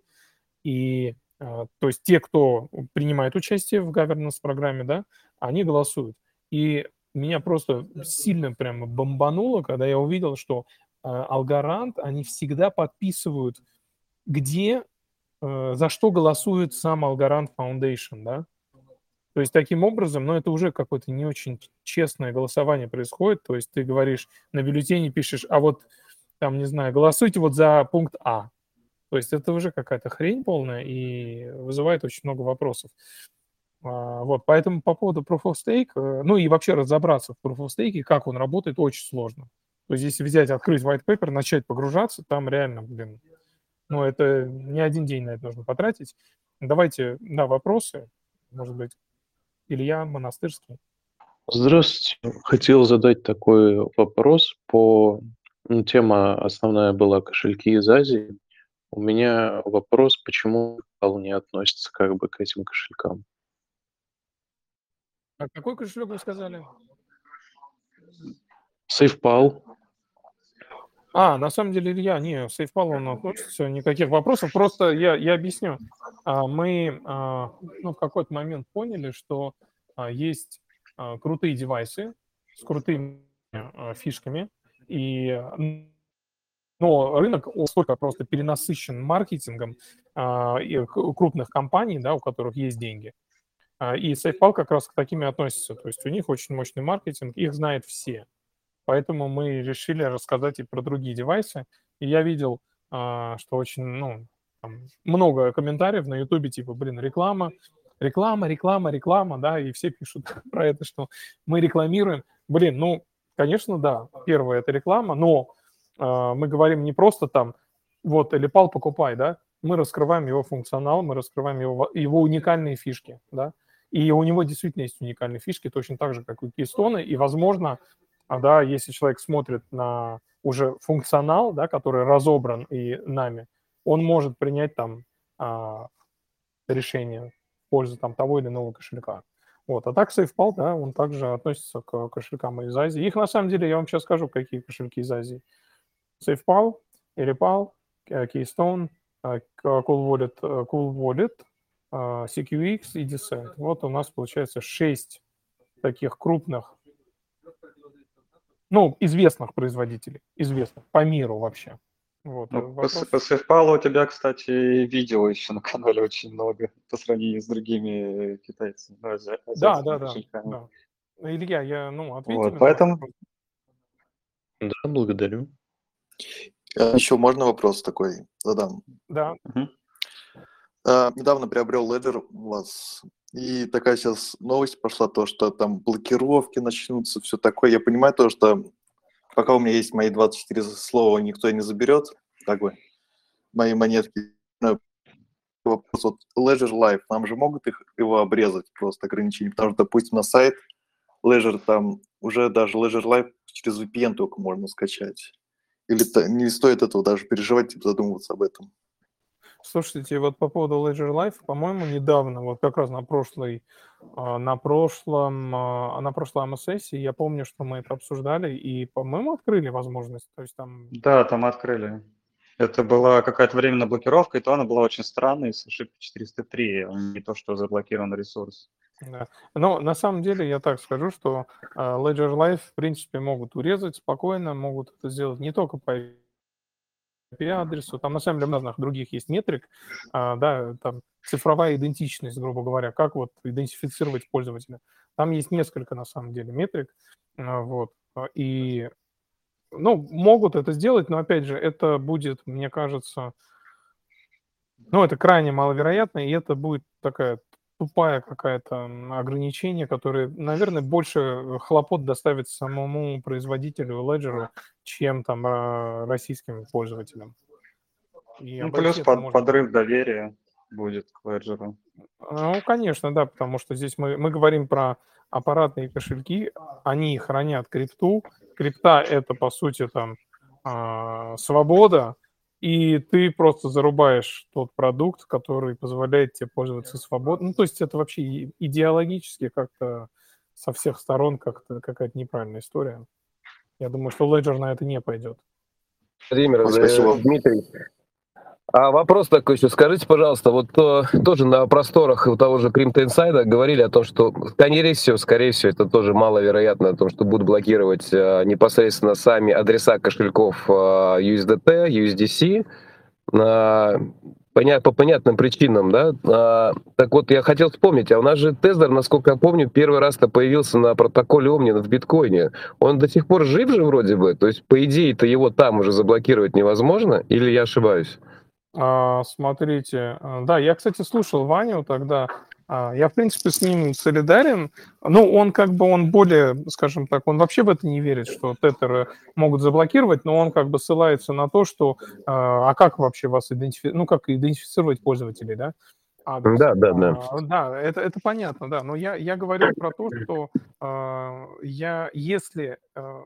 И, а, то есть те, кто принимает участие в governance-программе, да, они голосуют. И меня просто сильно прямо бомбануло, когда я увидел, что а, Algorand, они всегда подписывают, где, э, за что голосует сам Algorand Foundation, да. То есть таким образом, ну, это уже какое-то не очень честное голосование происходит. То есть ты говоришь, на бюллетене пишешь, а вот там, не знаю, голосуйте вот за пункт А. То есть это уже какая-то хрень полная и вызывает очень много вопросов. А, Вот, поэтому по поводу Proof of Stake, э, ну и вообще разобраться в Proof of Stake, как он работает, очень сложно. То есть если взять, открыть white paper, начать погружаться, там реально, блин, ну это не один день на это нужно потратить. Давайте, да, вопросы, может быть, Илья Монастырский. Здравствуйте. Хотел задать такой вопрос по... ну, тема основная была кошельки из Азии. У меня вопрос, почему PayPal не относится как бы к этим кошелькам? А какой кошелек вы сказали? SafePal. А, на самом деле, Илья, не, SafePal он относится, никаких вопросов. Просто я, я объясню. А, Мы а, ну, в какой-то момент поняли, что а, есть а, крутые девайсы с крутыми а, фишками, и, м, но рынок настолько просто перенасыщен маркетингом а, и к- крупных компаний, да, у которых есть деньги. А, И SafePal как раз к таким и относится. То есть у них очень мощный маркетинг, их знают все. Поэтому мы решили рассказать и про другие девайсы. И я видел, а, что очень, ну, там много комментариев на Ютубе, типа, блин, реклама, реклама, реклама, реклама, да, и все пишут про это, что мы рекламируем. Блин, ну, конечно, да, первое– это реклама, но а, мы говорим не просто там, вот, или пал покупай, да, мы раскрываем его функционал, мы раскрываем его, его уникальные фишки, да, и у него действительно есть уникальные фишки, точно так же, как у Keystone, и, возможно, а, да, если человек смотрит на уже функционал, да, который разобран и нами, он может принять там а, решение в пользу там того или иного кошелька. Вот. А так SafePal, да, он также относится к кошелькам из Азии. Их на самом деле, я вам сейчас скажу, какие кошельки из Азии. SafePal, Eripal, э, Keystone, э, Cool Wallet, э, Cool Wallet, э, си кью икс и Decent. Вот у нас получается шесть таких крупных, ну, известных производителей, известных по миру вообще. Вот, э, Ну, по, с- вопрос. по SafePal у тебя, кстати, видео еще на канале очень много по сравнению с другими китайцами, ну, ази- Да, азиатскими да, да, кошельками. да. Илья, я, ну, ответили Вот, на ваш поэтому вопрос? Да, благодарю. Еще можно вопрос такой задам? Да. мгм. А, недавно приобрел Ledger у вас, и такая сейчас новость пошла, то, что там блокировки начнутся, все такое. Я понимаю то, что пока у меня есть мои двадцать четыре слова, никто не заберет, как бы. мои монетки. Вопрос, вот Ledger Live, нам же могут их, его обрезать просто ограничения, потому что, допустим, на сайт Ledger там уже даже Ledger Live через ви пи эн только можно скачать. Или не стоит этого даже переживать, типа задумываться об этом. Слушайте, вот по поводу Ledger Live, по-моему, недавно, вот как раз на прошлой, на прошлом, на прошлой АМА-сессии, я помню, что мы это обсуждали, и, по-моему, открыли возможность. То есть там... Да, там открыли. Это была какая-то временная блокировка, и то она была очень странной, с ошибкой четыреста три, а не то, что заблокирован ресурс. Да. Но на самом деле я так скажу, что Ledger Live, в принципе, могут урезать спокойно, могут это сделать не только по ай пи-адресу, там на самом деле разных других есть метрик, а, да, там цифровая идентичность, грубо говоря, как вот идентифицировать пользователя. Там есть несколько, на самом деле, метрик, а, вот, и, ну, могут это сделать, но, опять же, это будет, мне кажется, ну, это крайне маловероятно, и это будет такая тупая какая-то ограничение, которое, наверное, больше хлопот доставит самому производителю Ledger, чем там российским пользователям. И ну, плюс под, можно... подрыв доверия будет к Ledger. Ну, конечно, да, потому что здесь мы, мы говорим про аппаратные кошельки, они хранят крипту. Крипта — это, по сути, там э, свобода, и ты просто зарубаешь тот продукт, который позволяет тебе пользоваться свободно. Ну, то есть это вообще идеологически как-то со всех сторон как-то какая-то неправильная история. Я думаю, что Ledger на это не пойдет. Владимир, спасибо. Дмитрий, а вопрос такой еще. Скажите, пожалуйста, вот то, тоже на просторах у того же Crypto Insider говорили о том, что, скорее всего, скорее всего, это тоже маловероятно, о том, что будут блокировать а, непосредственно сами адреса кошельков а, ю эс ди ти, ю эс ди си, а, поня- по понятным причинам, да? А, так вот, я хотел вспомнить, а у нас же Тезер, насколько я помню, первый раз-то появился на протоколе Omni в биткоине. Он до сих пор жив же вроде бы? То есть, по идее-то, его там уже заблокировать невозможно? Или я ошибаюсь? А, смотрите, да, я, кстати, слушал Ваню тогда, а, я, в принципе, с ним солидарен, ну, он как бы, он более, скажем так, он вообще в это не верит, что тетеры могут заблокировать, но он как бы ссылается на то, что, а, а как вообще вас идентифицировать, ну, как идентифицировать пользователей, да? Адрес. Да, да, да. А, да, это, это понятно, да, но я, я говорил про то, что а, я, если а,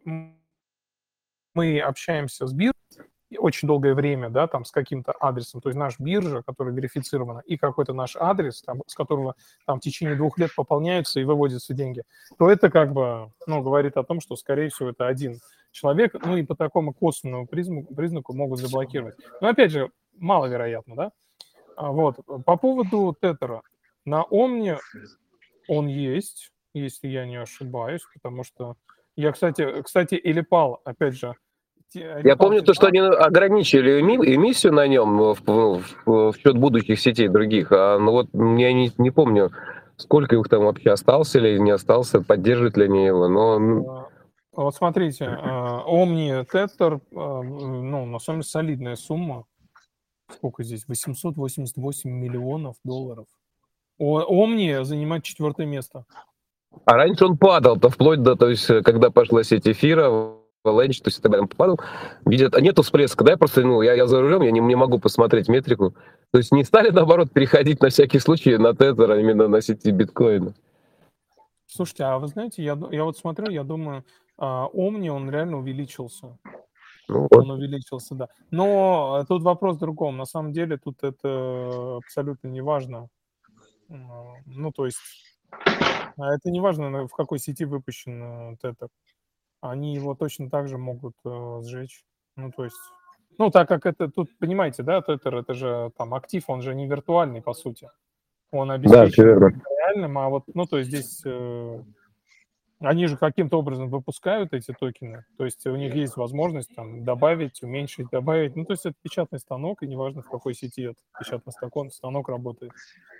мы общаемся с биржей очень долгое время, да, там, с каким-то адресом, то есть наш биржа, которая верифицирована, и какой-то наш адрес, там, с которого там в течение двух лет пополняются и выводятся деньги, то это как бы, ну, говорит о том, что, скорее всего, это один человек, ну, и по такому косвенному признаку, признаку могут заблокировать. Но, опять же, маловероятно, да? Вот. По поводу тетера. На Omni он есть, если я не ошибаюсь, потому что я, кстати, кстати, Элипал, опять же, Я помню то, что они ограничили эмиссию на нем в, в, в счет будущих сетей других. А, ну вот я не, не помню, сколько их там вообще остался или не остался, поддерживают ли они его. Но... Вот смотрите, Omni Tether, ну, на самом деле солидная сумма. Сколько здесь? восемьсот восемьдесят восемь миллионов долларов. Omni занимает четвертое место. А раньше он падал-то вплоть до, то есть, когда пошла сеть эфира, Avalanche, то есть и так далее, попадал, видят, а нету всплеска, да, я просто, ну, я, я за рулем, я не, не могу посмотреть метрику, то есть не стали, наоборот, переходить на всякий случай на тетер, а именно на сети биткоина. Слушайте, а вы знаете, я, я вот смотрю, я думаю, Omni, он реально увеличился. Ну, он вот. увеличился, да. Но тут вопрос в другом, на самом деле тут это абсолютно не важно. Ну, то есть, это не важно, в какой сети выпущен тетер. Они его точно так же могут э, сжечь. Ну, то есть, ну, так как это, тут, понимаете, да, тетер, это же там актив, он же не виртуальный, по сути. Он обеспечен да, реальным, а вот, ну, то есть здесь э, они же каким-то образом выпускают эти токены, то есть у них есть возможность там добавить, уменьшить, добавить. Ну, то есть это печатный станок, и неважно, в какой сети этот печатный станок, станок работает.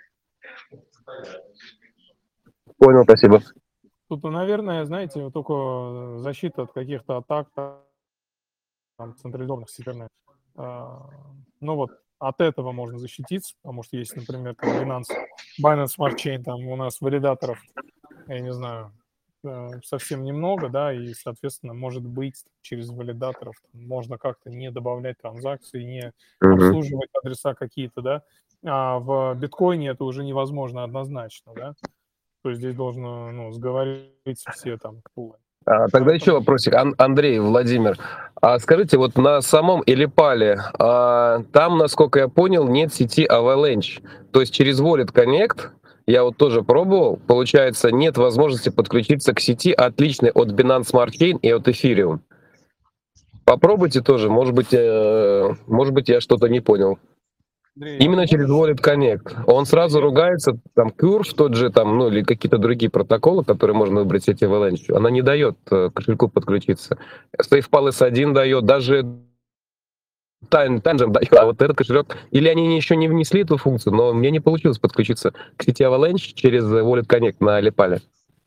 Понял, спасибо. Тут, наверное, знаете, только защита от каких-то атак, там, централизованных, наверное. А, ну вот, от этого можно защититься, потому что есть, например, там Binance, Binance Smart Chain, там у нас валидаторов, я не знаю, э, совсем немного, да, и, соответственно, может быть, через валидаторов там можно как-то не добавлять транзакции, не Мгм. обслуживать адреса какие-то, да. А в биткоине это уже невозможно однозначно, да. То есть здесь должно, ну, сговориться все там пулы. А, тогда еще Поэтому вопросик. Ан- Андрей, Владимир, а скажите, вот на самом Элипале, а, там, насколько я понял, нет сети Avalanche. То есть через Wallet Connect, я вот тоже пробовал, получается, нет возможности подключиться к сети, отличной от Binance Smart Chain и от Ethereum. Попробуйте тоже, может быть, э, может быть, я что-то не понял. Андрей, а ты Именно через можешь... Wallet Connect. Он сразу Я- ругается, там, Curve тот же, там, ну, или какие-то другие протоколы, которые можно выбрать в сети Avalanche. Она не дает э, кошельку подключиться. SafePal эс один дает, даже Time Tangent дает, а вот этот кошелек... Или они еще не внесли эту функцию, но мне не получилось подключиться к сети Avalanche через Wallet Connect на Липале.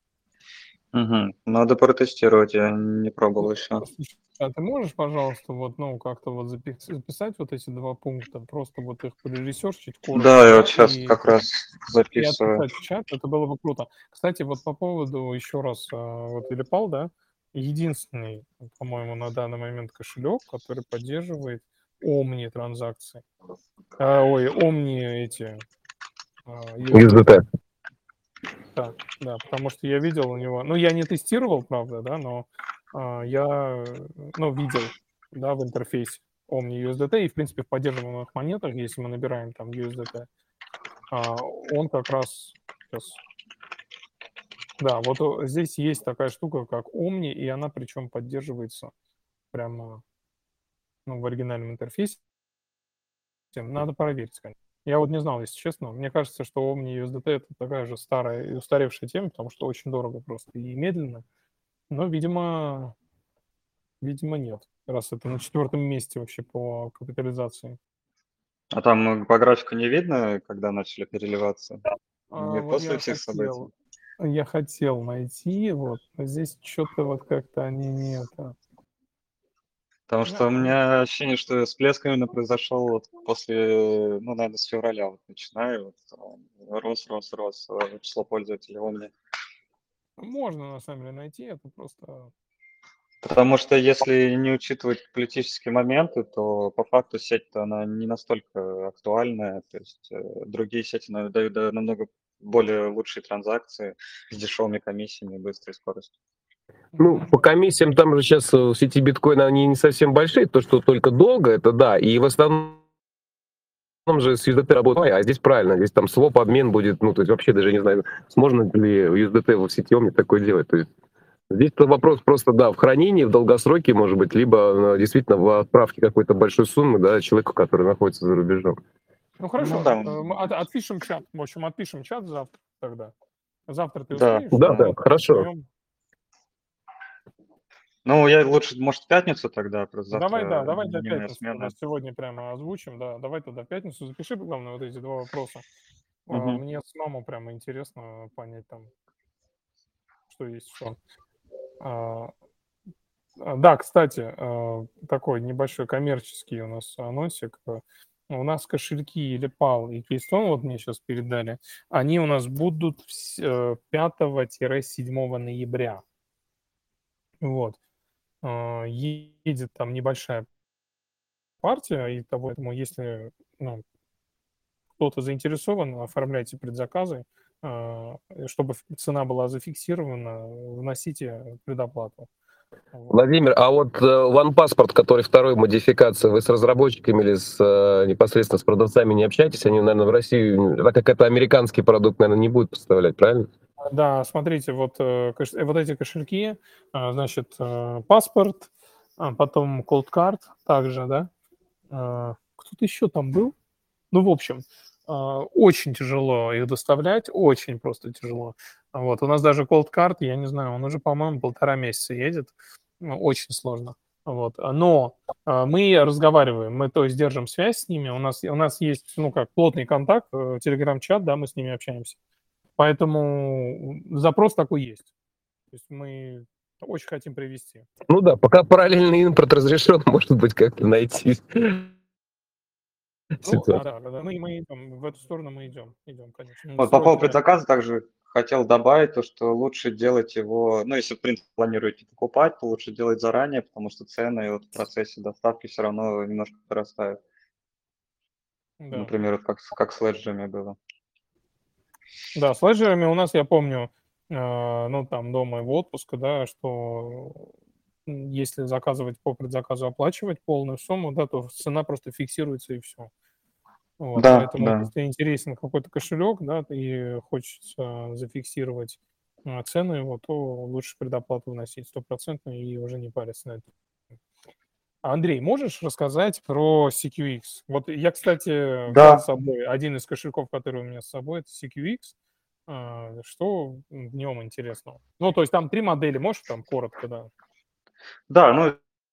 Мгм. Надо протестировать, я не пробовал еще. Слушай, а ты можешь, пожалуйста, вот, ну, как-то вот запи- записать вот эти два пункта, просто вот их проресерчить коротко, Да, я да, вот сейчас и, как раз и записываю. отписать в чат, это было бы круто. Кстати, вот по поводу, еще раз, а, вот Элипал, да, единственный, по-моему, на данный момент кошелек, который поддерживает Omni транзакции. А, ой, Omni эти, а, ю эс ди ти. ю эс ди ти. Да, да, потому что я видел у него, ну, я не тестировал, правда, да, но а, я, э, ну, видел, да, в интерфейсе Omni ю эс ди ти, и, в принципе, в поддерживаемых монетах, если мы набираем там ю эс ди ти, а, он как раз, сейчас, да, вот о, здесь есть такая штука, как Omni, и она причем поддерживается прямо, ну, в оригинальном интерфейсе. Надо проверить, конечно. Я вот не знал, если честно. Мне кажется, что Omni ю эс ди ти это такая же старая и устаревшая тема, потому что очень дорого просто и медленно. Но, видимо, видимо, нет, раз это на четвертом месте вообще по капитализации. А там э, по графику не видно, когда начали переливаться? А, Не вот после я всех событий? хотел, я хотел найти, вот, но здесь что-то вот как-то они не это. Потому Да, что у меня ощущение, что всплеск именно произошел вот после, ну, наверное, с февраля вот начиная, вот, а, рос, рос, рос а, число пользователей Omni. можно на самом деле найти, это просто... Потому что если не учитывать политические моменты, то по факту сеть-то она не настолько актуальная, то есть э, другие сети на- дают да, намного более лучшие транзакции с дешевыми комиссиями и быстрой скоростью. Ну, Мгм. по комиссиям там же сейчас в сети биткоина они не совсем большие, то, что только долго, это да, и в основном же с ю эс ди ти работает, а здесь правильно, здесь там своп, обмен будет, ну, то есть вообще даже не знаю, сможно ли ю эс ди ти в сети Omni такое делать, то есть здесь вопрос просто, да, в хранении, в долгосроке, может быть, либо э, действительно в отправке какой-то большой суммы, да, человеку, который находится за рубежом. Ну хорошо, Ну да, э, мы от- отпишем чат, в общем, отпишем чат завтра тогда. Завтра ты да. успеешь? Да, да, Вот, хорошо. возьмем. Ну, я лучше, может, в пятницу тогда, просто Давай, да, завтра давай до не моя пятницы. У смена. нас сегодня прямо озвучим, да. Давай тогда в пятницу. Запиши, главное, вот эти два вопроса. А, Мгм. Мне с мамой прямо интересно понять там, что есть что. А, а, Да, кстати, а, такой небольшой коммерческий у нас анонсик. А, У нас кошельки или пал и Keystone, вот мне сейчас передали, они у нас будут вс- э, пятого-седьмого ноября. Вот. А, Едет там небольшая партия, и того, поэтому если, ну, кто-то заинтересован, оформляйте предзаказы, а, чтобы ф- цена была зафиксирована, вносите предоплату. Вот. Владимир, а вот э, OnePassport, который второй модификации, вы с разработчиками или с, э, непосредственно с продавцами не общаетесь? Они, наверное, в России, так как это американский продукт, наверное, не будет поставлять, правильно? Да, смотрите, вот, э, кош- э, вот эти кошельки, а, значит, э, паспорт, а потом Cold Card также, да. А, Кто-то еще там был? Ну, в общем, а, очень тяжело их доставлять, очень просто тяжело. Вот, у нас даже Cold Card, я не знаю, он уже, по-моему, полтора месяца едет. Ну, очень сложно. Вот, а, но а, мы разговариваем, мы, то есть, держим связь с ними. У нас, у нас есть, ну, как плотный контакт, э, телеграм-чат, да, мы с ними общаемся. Поэтому запрос такой есть. То есть мы очень хотим привести. Ну да, пока параллельный импорт разрешен, может быть, как-то найти Ну, да, ситуацию. да, да, да. Мы, мы идем, в эту сторону мы идем, идем, конечно. Ну, Вот по сроки, поводу да. предзаказа также хотел добавить то, что лучше делать его, ну, если, в принципе, планируете покупать, то лучше делать заранее, потому что цены вот в процессе доставки все равно немножко вырастают. Да. Например, вот как, с- как с леджами было. Да, с леджерами у нас, я помню, э, ну, там, до моего отпуска, да, что м, если заказывать по предзаказу, оплачивать полную сумму, да, то цена просто фиксируется и все. Вот, Да, поэтому да. если интересен какой-то кошелек, да, и хочется зафиксировать а, цену его, то лучше предоплату вносить стопроцентно и уже не париться на это. Андрей, можешь рассказать про си кью икс? Вот я, кстати, взял Да, с собой один из кошельков, который у меня с собой, это си кью икс. А, Что в нем интересного? Ну, то есть там три модели, можешь там коротко, да? да, ну,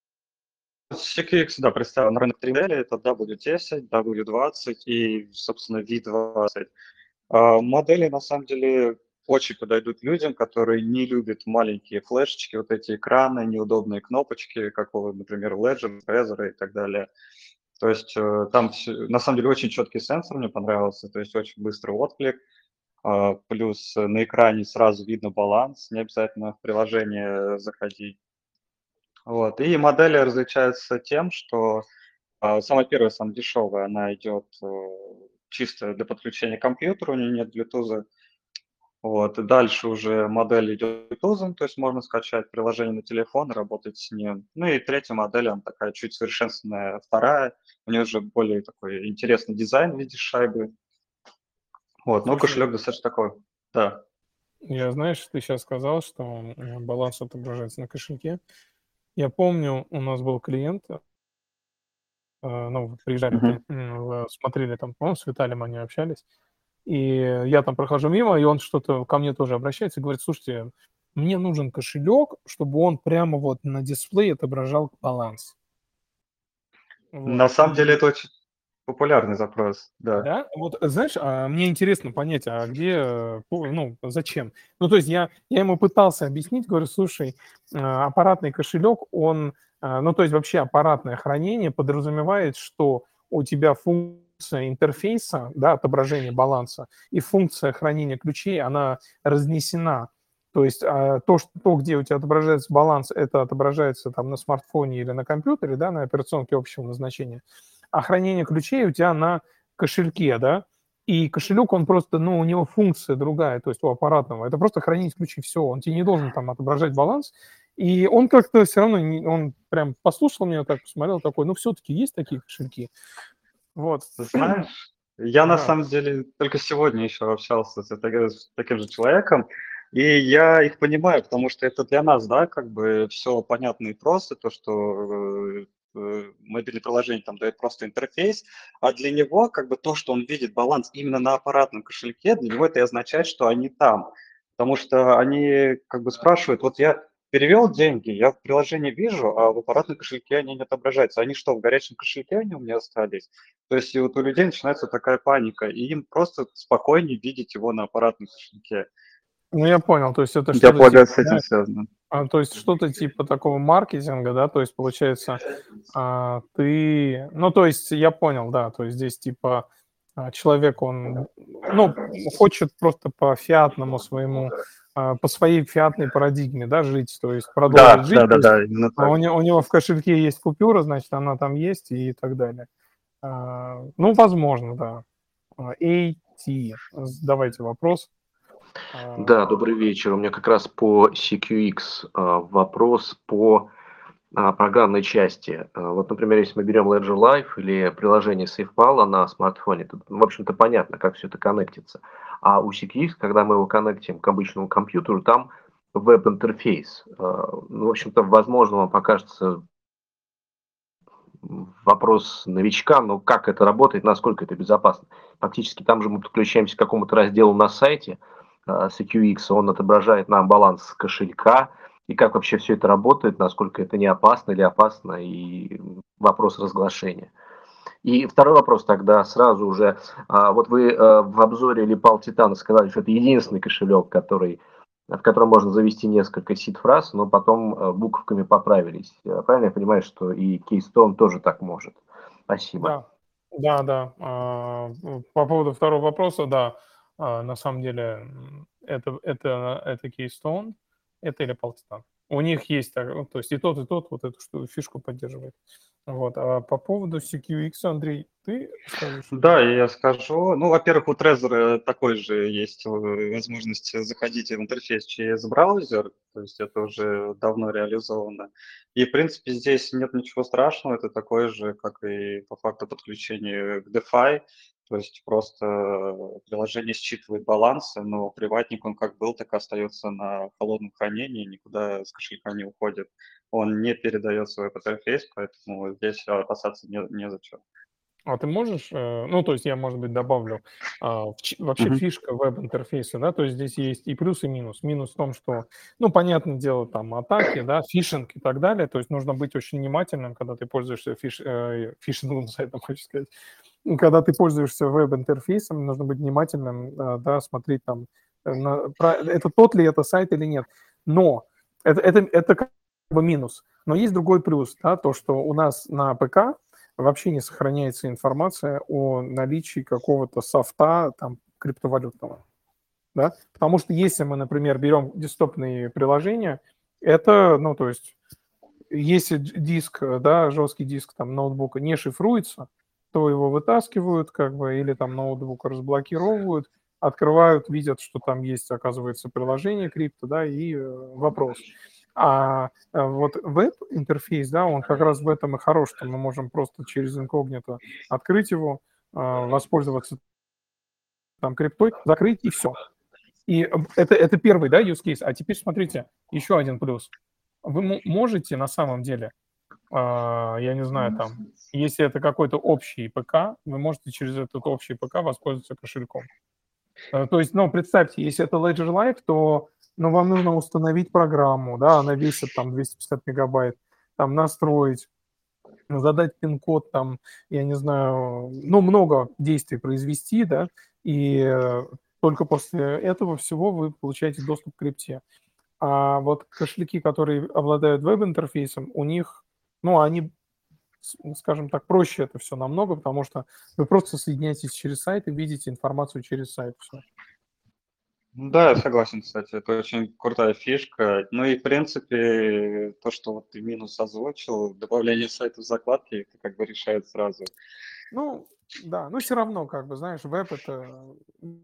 си кью икс, да, представлен на рынок три модели, это дабл ю десять, дабл ю двадцать и, собственно, ви двадцать. А, Модели, на самом деле, очень подойдут людям, которые не любят маленькие флешечки, вот эти экраны, неудобные кнопочки, как, у, например, у Ledger, Trezor и так далее. То есть э, там, всё- на самом деле, очень четкий сенсор мне понравился, то есть очень быстрый отклик, а, плюс э, на экране сразу видно баланс, не обязательно в приложение заходить. Вот. И модели различаются тем, что а, самая первая, самая дешевая, она идет э, чисто для подключения к компьютеру, у нее нет Bluetooth. Вот. И дальше уже модель идет Bluetooth, то есть можно скачать приложение на телефон и работать с ним. Ну и третья модель, она такая чуть совершенственная, вторая. У нее уже более такой интересный дизайн в виде шайбы. Вот, но Слушай, кошелек достаточно такой, да. я, знаешь, ты сейчас сказал, что э, баланс отображается на кошельке. Я помню, у нас был клиент, э, ну, вот приезжали, Мгм. ты, м, в- смотрели там, по-моему, с Виталием они общались, и я там прохожу мимо, и он что-то ко мне тоже обращается и говорит: слушайте, мне нужен кошелек, чтобы он прямо вот на дисплее отображал баланс. Вот. На самом деле И это очень популярный запрос, да. да, вот знаешь, а, мне интересно понять, а где, э, по- ну, зачем? Ну, то есть я, я ему пытался объяснить, говорю, слушай, а, аппаратный кошелек, он, а, ну, то есть вообще аппаратное хранение подразумевает, что у тебя функция интерфейса, да, отображение баланса и функция хранения ключей, она разнесена. То есть а, то, что, то, где у тебя отображается баланс, это отображается там на смартфоне или на компьютере, да, на операционке общего назначения, а хранение ключей у тебя на кошельке, да, и кошелек, он просто, ну, у него функция другая, то есть у аппаратного. Это просто хранить ключи, все, он тебе не должен там отображать баланс. И он как-то все равно, не, он прям послушал меня, так посмотрел, такой, ну, все-таки есть такие кошельки. Вот, Знаешь, я на да. самом деле только сегодня еще общался с, этой- с таким же человеком, и я их понимаю, потому что это для нас, да, как бы все понятно и просто, то, что э, э, мобильное приложение там дает просто интерфейс, а для него как бы то, что он видит баланс именно на аппаратном кошельке, для него это и означает, что они там. Потому что они как бы спрашивают, вот я перевел деньги, я в приложении вижу, а в аппаратном кошельке они не отображаются. Они что, в горячем кошельке они у меня остались? То есть и вот у людей начинается такая паника, и им просто спокойнее видеть его на аппаратном кошельке. Ну, я понял, то есть это Я что-то типа, полагаю, с этим знаешь, связано. а, то есть что-то типа такого маркетинга, да, то есть получается, а, ты, ну, то есть я понял, да, то есть здесь типа а, человек, он, ну, хочет просто по фиатному своему, а, по своей фиатной парадигме, да, жить, то есть продолжить Да, жить, да, то да, есть да, именно а у так. него, у него в кошельке есть купюра, значит, она там есть и так далее. А, ну, возможно, да. А, эй ти, давайте вопрос. А, Да, добрый вечер. У меня как раз по си кью икс а, вопрос по а, программной части. А, Вот, например, если мы берем Ledger Live или приложение SafePal на смартфоне, то, в общем-то, понятно, как все это коннектится. А у си кью икс, когда мы его коннектим к обычному компьютеру, там веб-интерфейс. А, Ну, в общем-то, возможно, вам покажется вопрос новичка, но как это работает, насколько это безопасно. Фактически там же мы подключаемся к какому-то разделу на сайте э, си кью икс, он отображает нам баланс кошелька, и как вообще все это работает, насколько это не опасно или опасно, и вопрос разглашения. И второй вопрос тогда сразу уже. А, Вот вы э, в обзоре Липал Титана сказали, что это единственный кошелек, который, в котором можно завести несколько сид-фраз, но потом э, буковками поправились. Э, Правильно я понимаю, что и Keystone тоже так может? Спасибо. Да, да, да. А, м, По поводу второго вопроса, да, а, на самом деле, м, это, это, это Keystone, это или Полкстан. У них есть, так, ну, то есть и тот, и тот вот эту что, фишку поддерживает. Вот. А по поводу си кью икс, Андрей, ты скажешь? Да, я скажу. Ну, во-первых, у Trezor такой же есть э, возможность заходить в интерфейс через браузер, то есть это уже давно реализовано. И, в принципе, здесь нет ничего страшного, это такое же, как и по факту подключения к DeFi, то есть просто приложение считывает балансы, но приватник он как был, так и остается на холодном хранении, никуда с кошелька не уходит. Он не передает свой интерфейс, поэтому здесь опасаться не, незачем. А ты можешь, э, ну, то есть я, может быть, добавлю, а, в ч- вообще Мгм. фишка веб-интерфейса, да, то есть здесь есть и плюс, и минус. Минус в том, что, ну, понятное дело, там, атаки, да, фишинг и так далее, то есть нужно быть очень внимательным, когда ты пользуешься фиш, э, фишинговым сайтом, хочу сказать. Ну, когда ты пользуешься веб-интерфейсом, нужно быть внимательным, э, да, смотреть там, э, на, про- это тот ли это сайт или нет. Но это, это, это как бы минус. Но есть другой плюс, да, то, что у нас на ПК вообще не сохраняется информация о наличии какого-то софта там криптовалютного, да, потому что если мы, например, берем десктопные приложения, это, ну, то есть, если дж- диск, э, да, жесткий диск там ноутбука не шифруется, то его вытаскивают, как бы, или там ноутбук разблокировывают, открывают, видят, что там есть, оказывается, приложение крипто, да, и э, вопрос. А э, вот веб-интерфейс, да, он как раз в этом и хорош, что мы можем просто через инкогнито открыть его, э, воспользоваться там криптой, закрыть и все. И э, это, это первый, да, use case. А теперь смотрите, еще один плюс. Вы мо- можете на самом деле, а, я не знаю, там, если это какой-то общий ПК, вы можете через этот общий ПК воспользоваться кошельком. Э, То есть, ну, представьте, если это Ledger Live, то, ну, вам нужно установить программу, да, она весит там двести пятьдесят мегабайт, там настроить, задать пин-код, там, я не знаю, ну, много действий произвести, да, и э, только после этого всего вы получаете доступ к крипте. А вот кошельки, которые обладают веб-интерфейсом, у них, ну, они, с- скажем так, проще это все намного, потому что вы просто соединяетесь через сайт и видите информацию через сайт. Все. Да, я согласен, кстати, это очень крутая фишка. Ну и, в принципе, то, что вот ты минус озвучил, добавление сайта в закладки, это как бы решает сразу. Ну, да, но все равно, как бы, знаешь, веб это,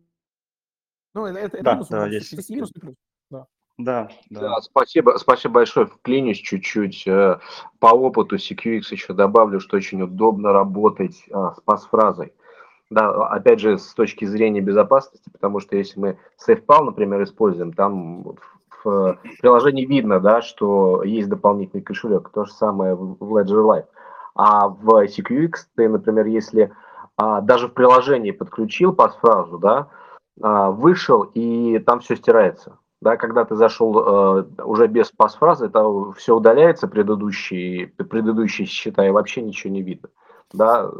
ну, это, это, это Да, минус в да, любом есть случае. Здесь и минус, такие. и плюс. Да. Да, да. Да, спасибо, спасибо большое. Вклинюсь чуть-чуть. э, По опыту си кью икс еще добавлю, что очень удобно работать а, с пасфразой. Да, опять же, с точки зрения безопасности, потому что если мы SafePal, например, используем, там в, в приложении видно, да, что есть дополнительный кошелек. То же самое в в Ledger Live. А в си кью икс ты, например, если а, даже в приложении подключил пасфразу, да, а, вышел, и там все стирается. Да, когда ты зашел э, уже без пасфразы, это все удаляется, предыдущие, предыдущие счета, и вообще ничего не видно. Да,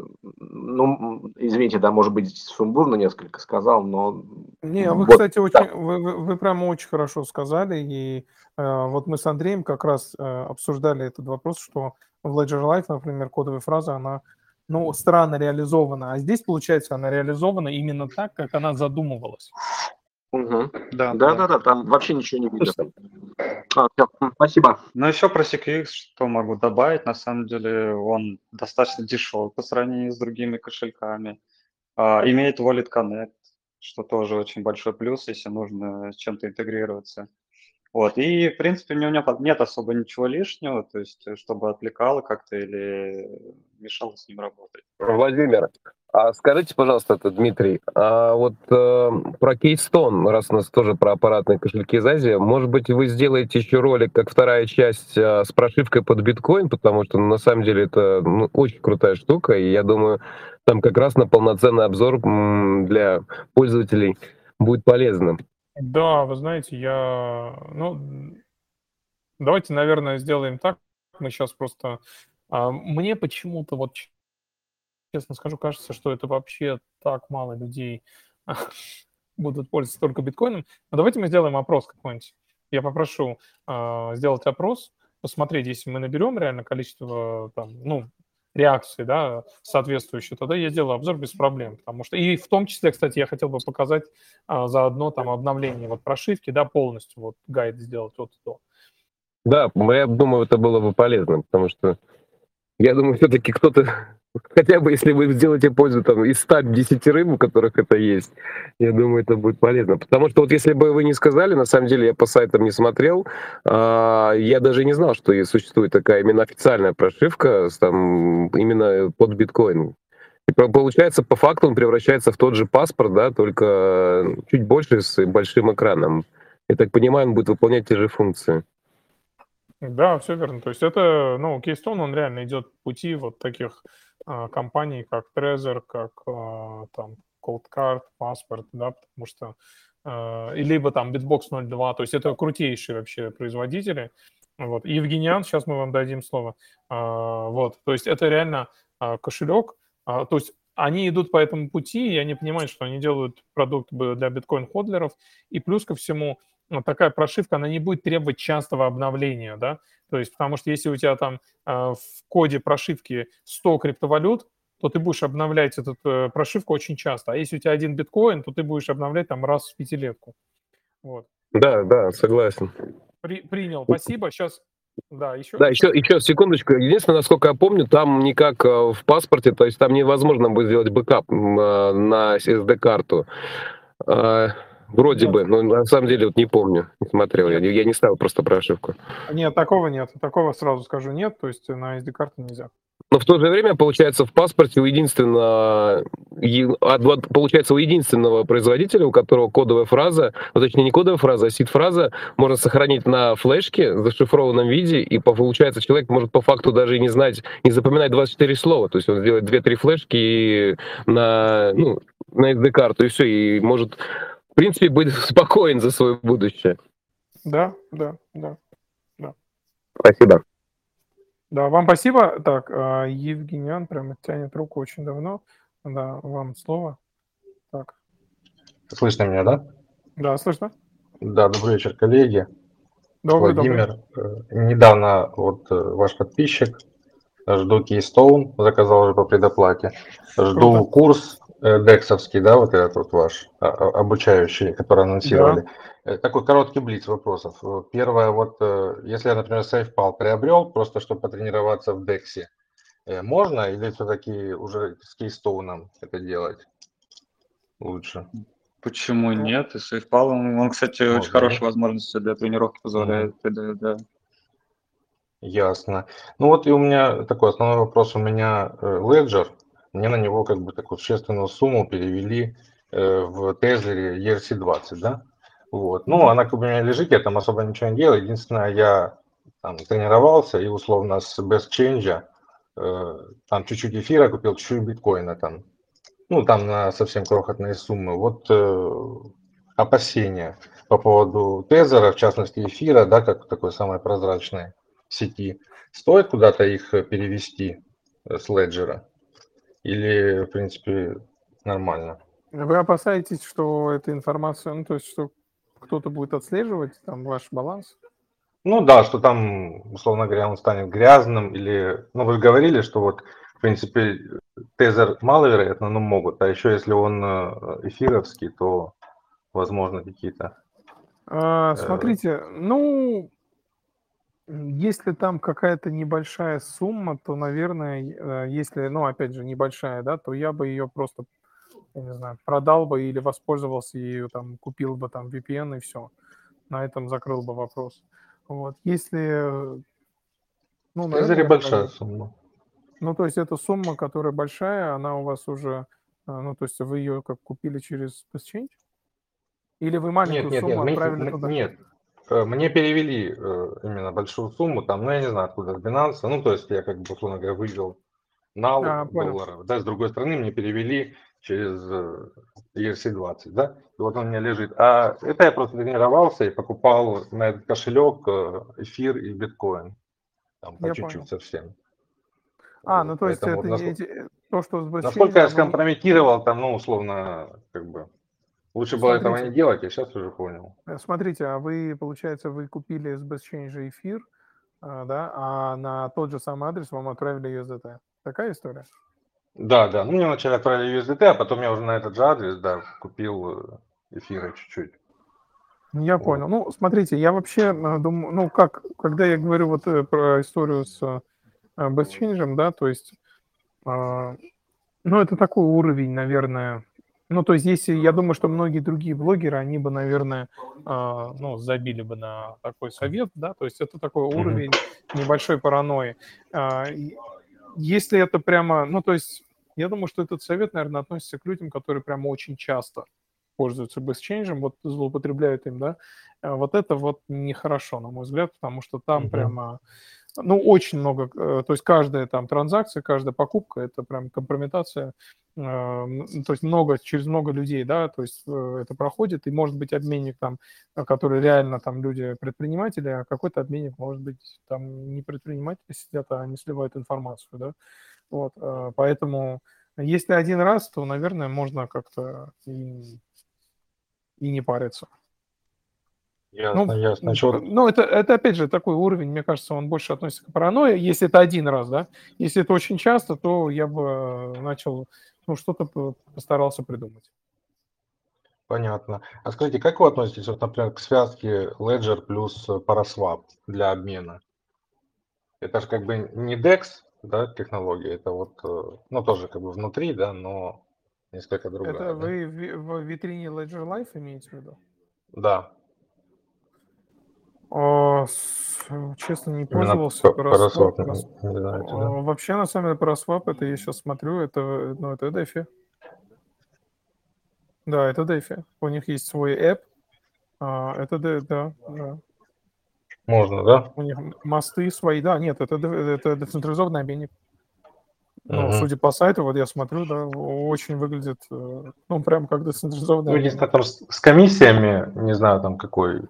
ну, извините, да, может быть, сумбурно несколько сказал, но Не, вы, вот, кстати, да. очень, вы, вы, вы прямо очень хорошо сказали, и э, вот мы с Андреем как раз э, обсуждали этот вопрос, что в Ledger Live, например, кодовая фраза, она, ну, странно реализована, а здесь, получается, она реализована именно так, как она задумывалась. Мгм. Да, Да, да. да, да, там вообще ничего не видно. А, всё, м, спасибо. Но еще про си кью икс что могу добавить, на самом деле он достаточно дешевый по сравнению с другими кошельками. А, имеет Wallet Connect, что тоже очень большой плюс, если нужно с чем-то интегрироваться. Вот, и, в принципе, у него нет, нет особо ничего лишнего, то есть, э, чтобы отвлекало как-то или мешало с ним работать. Владимир, а скажите, пожалуйста, это Дмитрий, а вот э, про Keystone, раз у нас тоже про аппаратные кошельки из Азии, может быть, вы сделаете еще ролик, как вторая часть, э, с прошивкой под биткоин, потому что, ну, на самом деле, это ну, очень крутая штука, и я думаю, там как раз на полноценный обзор м, для пользователей будет полезным. Да, вы знаете, я, ну, давайте, наверное, сделаем так. Мы сейчас просто, а, мне почему-то вот ч- честно скажу, кажется, что это вообще так мало людей будут пользоваться только биткоином. Но давайте мы сделаем опрос какой-нибудь. Я попрошу а, сделать опрос, посмотреть, если мы наберем реально количество, там, ну, реакции, да, соответствующие, тогда я делаю обзор без проблем, потому что, и в том числе, кстати, я хотел бы показать а, заодно там обновление вот прошивки, да, полностью вот гайд сделать от и до. Да, я думаю, это было бы полезно, потому что я думаю, все-таки кто-то, хотя бы если вы сделаете пользу там из ста десятерым, у которых это есть, я думаю, это будет полезно. Потому что вот если бы вы не сказали, на самом деле я по сайтам не смотрел, а, я даже не знал, что и существует такая именно официальная прошивка с, там, именно под биткоин. И по- получается, по факту он превращается в тот же паспорт, да, только чуть больше с большим экраном. Я так понимаю, он будет выполнять те же функции. Да, все верно. То есть это, ну, Keystone, он реально идет по пути вот таких а, компаний, как Trezor, как а, там Coldcard, Passport, да, потому что а, и либо там Bitbox ноль два, то есть это крутейшие вообще производители. Вот. И Евгениан, сейчас мы вам дадим слово. А, вот, то есть это реально а, кошелек, а, то есть они идут по этому пути, и они понимают, что они делают продукт бы для биткоин-ходлеров, и плюс ко всему, вот такая прошивка, она не будет требовать частого обновления, да, то есть потому что если у тебя там э, в коде прошивки сто криптовалют, то ты будешь обновлять эту э, прошивку очень часто, а если у тебя один биткоин, то ты будешь обновлять там раз в пятилетку. Вот. Да, да, согласен. При, принял, спасибо. Сейчас, да, еще. Да, еще, еще секундочку. Единственное, насколько я помню, там не как э, в паспорте, то есть там невозможно будет сделать бэкап м, э, на эс ди-карту. Э, вроде Нет. бы, но на самом деле вот не помню, не смотрел, я, Нет. я не ставил просто прошивку. Нет, такого нет, такого сразу скажу нет, то есть на эс ди-карту нельзя. Но в то же время, получается, в паспорте у единственного, е- а два- получается, у единственного производителя, у которого кодовая фраза, ну, точнее, не кодовая фраза, а сид-фраза можно сохранить на флешке в зашифрованном виде, и по- получается, человек может по факту даже и не знать, не запоминать двадцать четыре слова, то есть он делает две-три флешки и на, ну, на эс ди-карту, и все, и может, в принципе, быть спокоен за свое будущее. Да, да, да. Спасибо. Да, вам спасибо. Так, а, Евгениан прямо тянет руку очень давно. Да, вам слово. Так, Слышно меня, да? да, слышно? Да, добрый вечер, коллеги. Добрый, добрый. Владимир, э, недавно вот э, ваш подписчик, жду Keystone, заказал уже по предоплате, жду Круто. курс э, дексовский, да, вот этот вот ваш а- а- обучающий, который анонсировали. Э, Такой короткий блиц вопросов. Э, Первое, вот э, если я, например, SafePal приобрел, просто чтобы потренироваться в дексе, э, можно или все-таки уже с Keystone это делать лучше? Почему Ну, нет? И SafePal, он, он, кстати, очень Можно, хорошие да? возможности для тренировки Мгм. позволяет, придает, да. Ясно. Ну вот и у меня такой основной вопрос. У меня э, Ledger, мне на него как бы такую существенную сумму перевели э, в Тезере и эр си двадцать, да? Вот. Ну, Мгм. она как бы у меня лежит, я там особо ничего не делаю. Единственное, я там тренировался и условно с Best Change э, там чуть-чуть эфира купил, чуть-чуть биткоина там. Ну, там на совсем крохотные суммы. Вот э, опасения по поводу Тезера, в частности эфира, да, как такой самой прозрачной сети. Стоит куда-то их э, перевести э, с Леджера? Или, в принципе, нормально? Вы опасаетесь, что эта информация, ну, то есть, что кто-то будет отслеживать там ваш баланс? Ну да, что там, условно говоря, он станет грязным, или, ну вы говорили, что вот, в принципе, тезер маловероятно, но могут, а еще если он э, эфировский, то возможно какие-то. А, э, смотрите, ну, м, если там какая-то небольшая сумма, то, наверное, э, если, ну, опять же, небольшая, да, то я бы ее просто, я не знаю, продал бы или воспользовался ею, там, купил бы там ви пи эн и все. На этом закрыл бы вопрос. Вот. Если, э, ну, В наверное, тезере я большая продаю. сумма. Ну, то есть эта сумма, которая большая, она у вас уже, а, ну, то есть вы ее как купили через BestChange? Или вы Нет, маленькую нет, нет, сумму мне, отправили м- туда? нет. Э, Мне перевели э, именно большую сумму, там, ну я не знаю, откуда, с Binance, ну то есть я как бы, условно говоря, вывел А, нал понял. долларов, да, с другой стороны мне перевели через э, и эр си двадцать, да, и вот он у меня лежит. А это я просто тренировался и покупал на этот кошелек э, эфир и биткоин, там по Я чуть-чуть понял. совсем. А, ну Вот, то есть поэтому вот это не насколько, эти, э, то, что с насколько BestChange, я оно не... скомпрометировал, там, ну, условно, как бы, лучше Ну, было этого не смотрите, делать, я сейчас уже понял. э, смотрите, а вы, получается, вы купили с BestChange эфир, а, да, а на тот же самый адрес вам отправили ю эс ди ти. Такая история? Да, да. Ну, мне вначале отправили ю эс ди ти, а потом я уже на этот же адрес, да, купил э, эфира чуть-чуть. Я Вот. понял. Ну, смотрите, я вообще э, думаю, ну, как, когда я говорю вот э, про историю с э, BestChange, да, то есть, э, ну, это такой уровень, наверное. Ну, то есть, если я думаю, что многие другие блогеры, они бы, наверное, э, ну, забили бы на такой совет, да, то есть это такой Мгм. уровень небольшой паранойи. А, и Если это прямо, ну, то есть, я думаю, что этот совет, наверное, относится к людям, которые прямо очень часто пользуются BestChange, вот злоупотребляют им, да, А вот это вот нехорошо, на мой взгляд, потому что там Мгм. прямо, ну, очень много, э, то есть каждая там транзакция, каждая покупка, это прям компрометация, э, м, то есть много, через много людей, да, то есть э, это проходит, и может быть обменник там, э, который реально там люди предприниматели, а какой-то обменник может быть там не предприниматели сидят, а они сливают информацию, да, вот, э, поэтому если один раз, то, наверное, можно как-то и, и не париться. Ясно, Ну, ясно. м, Еще вот, ну это, это опять же такой уровень, мне кажется, он больше относится к паранойи, если это один раз, да. Если это очень часто, то я бы э, начал, ну, что-то по- постарался придумать. понятно. А скажите, как вы относитесь, вот, например, к связке Ledger плюс э, Paraswap для обмена? Это же как бы не декс, да, технология, это вот, э, ну, тоже как бы внутри, да, но несколько Это другая, да? вы ви- в витрине Ledger Life имеете в виду? Да, А, с- честно, не именно пользовался П- Paraswap. Paraswap, Paras- не не знаете, да? А, Вообще, на самом деле, Paraswap, это я сейчас смотрю, это, ну, это DeFi. Да, это DeFi. У них есть свой app. а, Это, де- да, да. Можно, да? У них м- мосты свои. Да, нет, это, де- это децентрализованный обменник. Ну, Мгм. судя по сайту, вот я смотрю, да, очень выглядит, э, ну, прям как децентрализованный Ну, обменник. единственное, там с, с комиссиями, не знаю, там какой.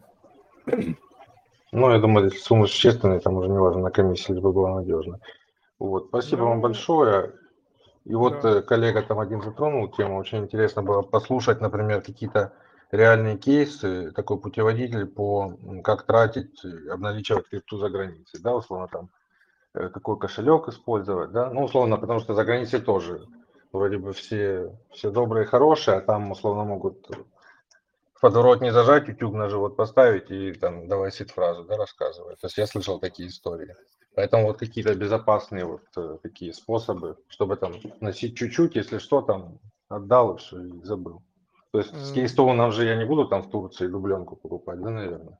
Ну, я думаю, если сумма существенная, там уже не важно, на комиссии либо было надежно. Вот, спасибо вам Ну, большое. И вот да. э, коллега там один затронул тему, очень интересно было послушать, например, какие-то реальные кейсы, такой путеводитель по м, как тратить, э, обналичивать крипту за границей, да, условно там, э, какой кошелек использовать, да, ну, условно, потому что за границей тоже вроде бы все, все добрые, хорошие, а там, условно, могут в подворот не зажать, утюг на живот поставить и там давай сид-фразу, да, рассказывать. То есть я слышал такие истории. Поэтому вот какие-то безопасные вот э, такие способы, чтобы там носить чуть-чуть, если что, там отдал и все, и забыл. То есть с М, кейстоуном же я не буду там в Турции дубленку покупать, да, наверное?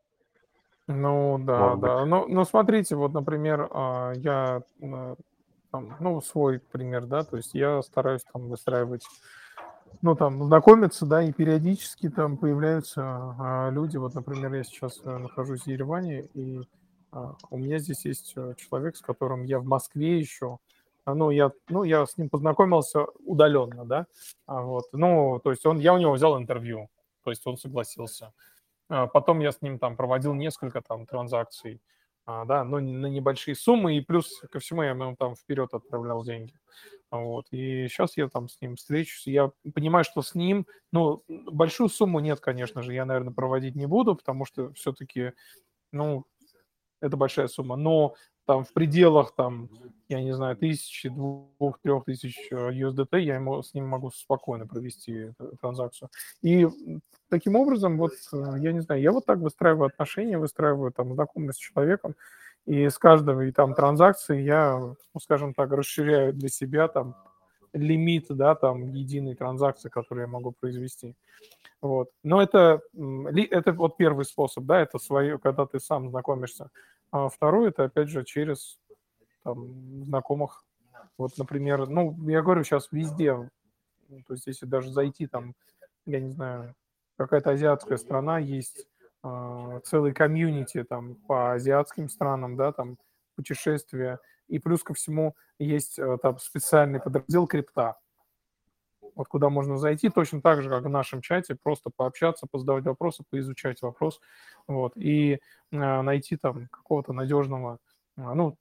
Ну, да, Может быть. да. Ну, ну, смотрите, вот, например, а, я, э, там, ну, свой пример, да, то есть я стараюсь там выстраивать, ну, там, знакомиться, да, и периодически там появляются а, люди, вот, например, я сейчас э, нахожусь в Ереване, и а, у меня здесь есть э, человек, с которым я в Москве еще, а, ну, я, ну, я с ним познакомился удаленно, да, а, вот, ну, то есть он, я у него взял интервью, то есть он согласился. А, Потом я с ним там проводил несколько там транзакций, а, да, но на небольшие суммы, и плюс ко всему я ему там вперед отправлял деньги. А, Вот. И сейчас я там с ним встречусь. и Я понимаю, что с ним, ну, большую сумму нет, конечно же, я, наверное, проводить не буду, потому что все-таки, ну, это большая сумма, но там в пределах, там, я не знаю, тысячи, двух, трех тысяч э, ю эс ди ти я ему, с ним могу спокойно провести эту транзакцию. И м, таким образом, вот, э, я не знаю, я вот так выстраиваю отношения, выстраиваю там знакомность с человеком, и с каждой там транзакции я, ну, скажем так, расширяю для себя там лимит, да, там единой транзакции, которую я могу произвести. Вот. Но это, м, ли- это вот первый способ, да, это свое, когда ты сам знакомишься. А второй это, опять же, через там, знакомых. Вот, например, ну, я говорю, сейчас везде, ну, то есть если даже зайти там, я не знаю, какая-то азиатская страна, есть а, целый комьюнити там по азиатским странам, да, там путешествия, и плюс ко всему есть э, там специальный подраздел крипта, вот куда можно зайти, точно так же, как в нашем чате, просто пообщаться, позадавать вопросы, поизучать вопрос, вот, и а, найти там какого-то надежного, а, ну,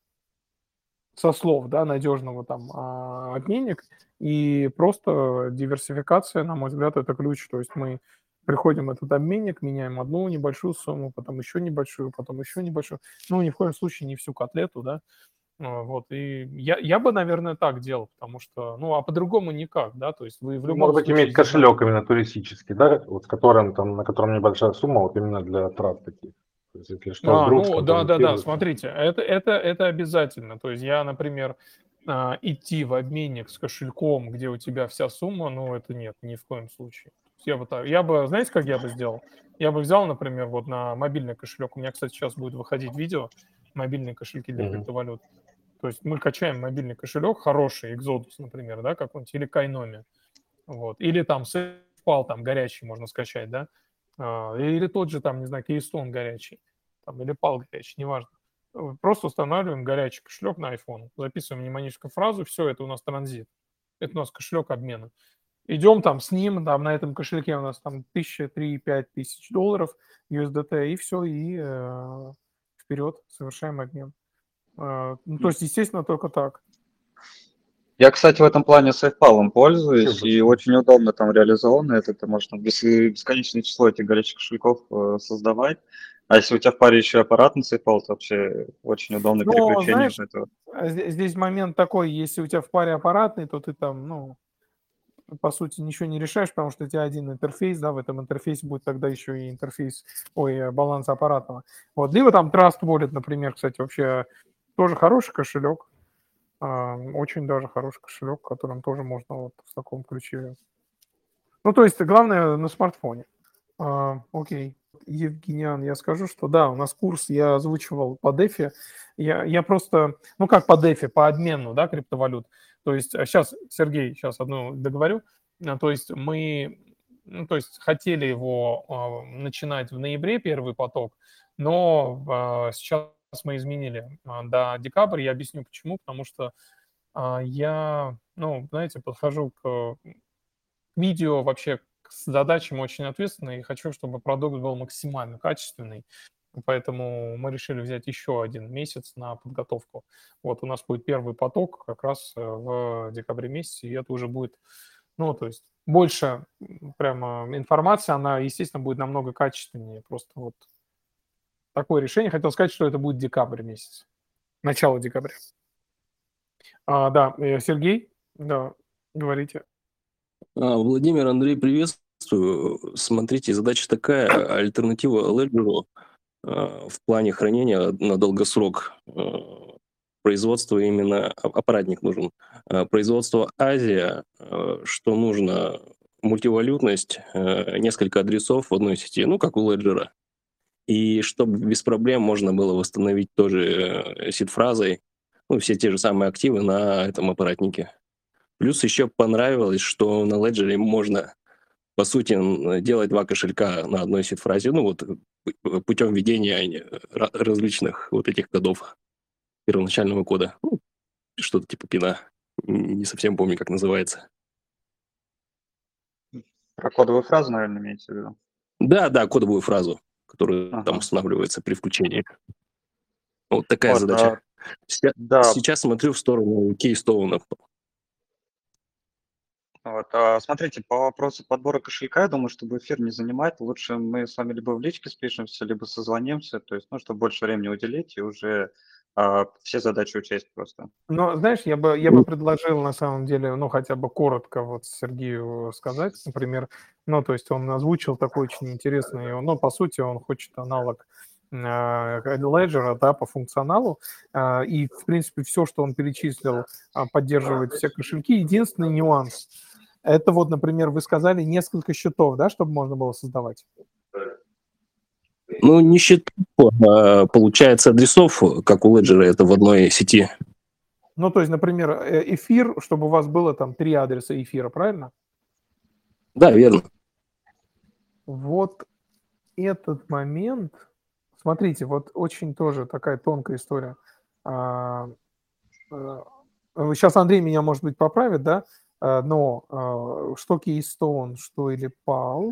со слов, да, надежного там а, обменник, и просто диверсификация, на мой взгляд, это ключ, то есть мы приходим в этот обменник, меняем одну небольшую сумму, потом еще небольшую, потом еще небольшую, ну, ни в коем случае не всю котлету, да, А, Вот, и я, я бы, наверное, так делал, потому что, ну, а по-другому никак, да, то есть вы в любом Может быть, случае иметь знаете. кошелек именно туристический, да, вот с которым там, на котором небольшая сумма, вот именно для трат таких. То есть, если что, А, вдруг ну что-то да, да, да, мутируется. смотрите, это, это, это обязательно. То есть я, например, а, идти в обменник с кошельком, где у тебя вся сумма, ну это нет, ни в коем случае. То есть Я бы, так, я бы, знаете, как я бы сделал? Я бы взял, например, вот на мобильный кошелек. У меня, кстати, сейчас будет выходить видео, мобильные кошельки для Мгм. криптовалют. То есть мы качаем мобильный кошелек, хороший, Exodus, например, да, какой-нибудь, или Kaynomi. Вот. Или там SafePal, там горячий можно скачать, да. А, Или тот же там, не знаю, Keystone горячий, там, или пал горячий, неважно. Э, Просто устанавливаем горячий кошелек на iPhone, записываем мнемоническую фразу, все, это у нас транзит, это у нас кошелек обмена. Идем там с ним, там на этом кошельке у нас там тысяча, три, пять тысяч долларов ю эс ди ти, и все, и э, вперед, совершаем обмен. Э, ну, то есть, естественно, только так. Я, кстати, в этом плане SafePal Вообще пользуюсь, и большой. очень удобно там реализовано это. Ты можешь там бес- бесконечное число этих горячих кошельков э, создавать. А если у тебя в паре еще аппаратный SafePal, то вообще очень удобно Ну, переключение знаешь, вот этого. а зде- здесь момент такой, если у тебя в паре аппаратный, то ты там, ну, по сути, ничего не решаешь, потому что у тебя один интерфейс, да, в этом интерфейсе будет тогда еще и интерфейс, ой, э, баланс аппаратного. Вот, либо там Trust Wallet, например, кстати, вообще тоже хороший кошелек, а, очень даже хороший кошелек, которым тоже можно вот в таком ключе. Ну, то есть, главное на смартфоне. А, окей. Евгениан, я скажу, что да, у нас курс я озвучивал по дефи. Я, я просто, ну как по дефи, по обмену, да, криптовалют. То есть сейчас, Сергей, сейчас одну договорю. А, То есть мы, ну, то есть хотели его а, начинать в ноябре, первый поток, но а, сейчас мы изменили а, до декабря. Я объясню почему. Потому что а, я, ну, знаете, подхожу к видео вообще с задачами очень ответственные, и хочу, чтобы продукт был максимально качественный. Поэтому мы решили взять еще один месяц на подготовку. Вот у нас будет первый поток как раз э, в декабре месяце, и это уже будет, ну, то есть больше м, прямо информации, она, естественно, будет намного качественнее. Просто вот такое решение. Хотел сказать, что это будет декабрь месяц, начало декабря. А, да, э, Сергей, да, говорите. А, Владимир, Андрей, приветствую. Смотрите, задача такая, альтернатива Ledger а, в плане хранения на долгосрок. а, Производство именно, а- аппаратник нужен. А, Производство Азия, а, что нужно? Мультивалютность, а, несколько адресов в одной сети, ну, как у Ledger. И чтобы без проблем можно было восстановить тоже э, сид-фразой, ну, все те же самые активы на этом аппаратнике. Плюс еще понравилось, что на Ledger можно, по сути, н- делать два кошелька на одной сид-фразе, ну вот п- путем введения э, ра- различных вот этих кодов первоначального кода. Ну, что-то типа пина. Н- Не совсем помню, как называется. Про кодовую фразу, наверное, имеете в виду. Да, да, кодовую фразу, которая там Ага. устанавливается при включении. Вот такая Вот, задача. а, Ся- да, Сейчас смотрю в сторону кейстоунов. вот, а, смотрите, по вопросу подбора кошелька, я думаю, чтобы эфир не занимать, лучше мы с вами либо в личке спишемся, либо созвонимся, то есть, ну, чтобы больше времени уделить и уже а, все задачи учесть просто. Но, знаешь, я бы, я бы предложил на самом деле, ну, хотя бы коротко вот Сергею сказать, например, ну, то есть он озвучил такой очень интересный, ну, по сути, он хочет аналог э, Ledger, да, по функционалу, а, и, в принципе, все, что он перечислил, а, поддерживает все кошельки. Единственный нюанс, это вот, например, вы сказали несколько счетов, да, чтобы можно было создавать. Ну, не счетов, а, получается адресов, как у Ledger, это в одной сети. Ну, то есть, например, э, эфир, чтобы у вас было там три адреса эфира, правильно? Да, верно. Вот этот момент, смотрите, вот очень тоже такая тонкая история. А, э, Сейчас Андрей меня, может быть, поправит, да? А, Но а, что Keystone, что или пал,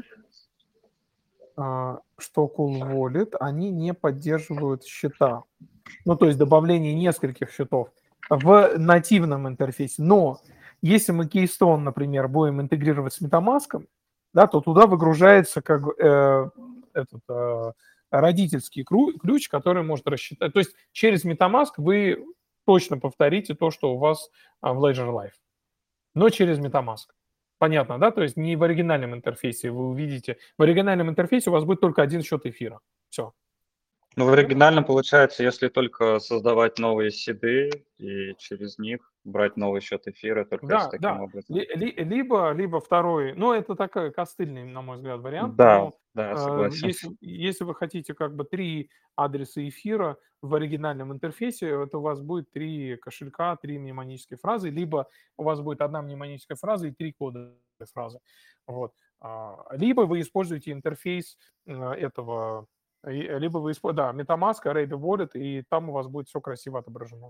а, что Cool Wallet, они не поддерживают счета. Ну, то есть добавление нескольких счетов в нативном интерфейсе. Но если мы Keystone, например, будем интегрировать с MetaMask, да, то туда выгружается как бы, э, этот э, родительский кру- ключ, который может рассчитать. То есть через MetaMask вы точно повторите то, что у вас а, в Ledger Live, но через MetaMask. Понятно, да? То есть не в оригинальном интерфейсе вы увидите. В оригинальном интерфейсе у вас будет только один счет эфира. Все. Ну, в оригинальном получается, если только создавать новые сиды и через них брать новый счет эфира, только Да, если таким да. образом. Ли- ли- либо, либо второй, ну, это такой костыльный, на мой взгляд, вариант, Да, но да, э, согласен. если, если вы хотите как бы три адреса эфира в оригинальном интерфейсе, это у вас будет три кошелька, три мнемонические фразы, либо у вас будет одна мнемоническая фраза и три кода фразы. Вот. А, Либо вы используете интерфейс э, этого, и- либо вы используете, да, MetaMask, Array Wallet, и там у вас будет все красиво отображено.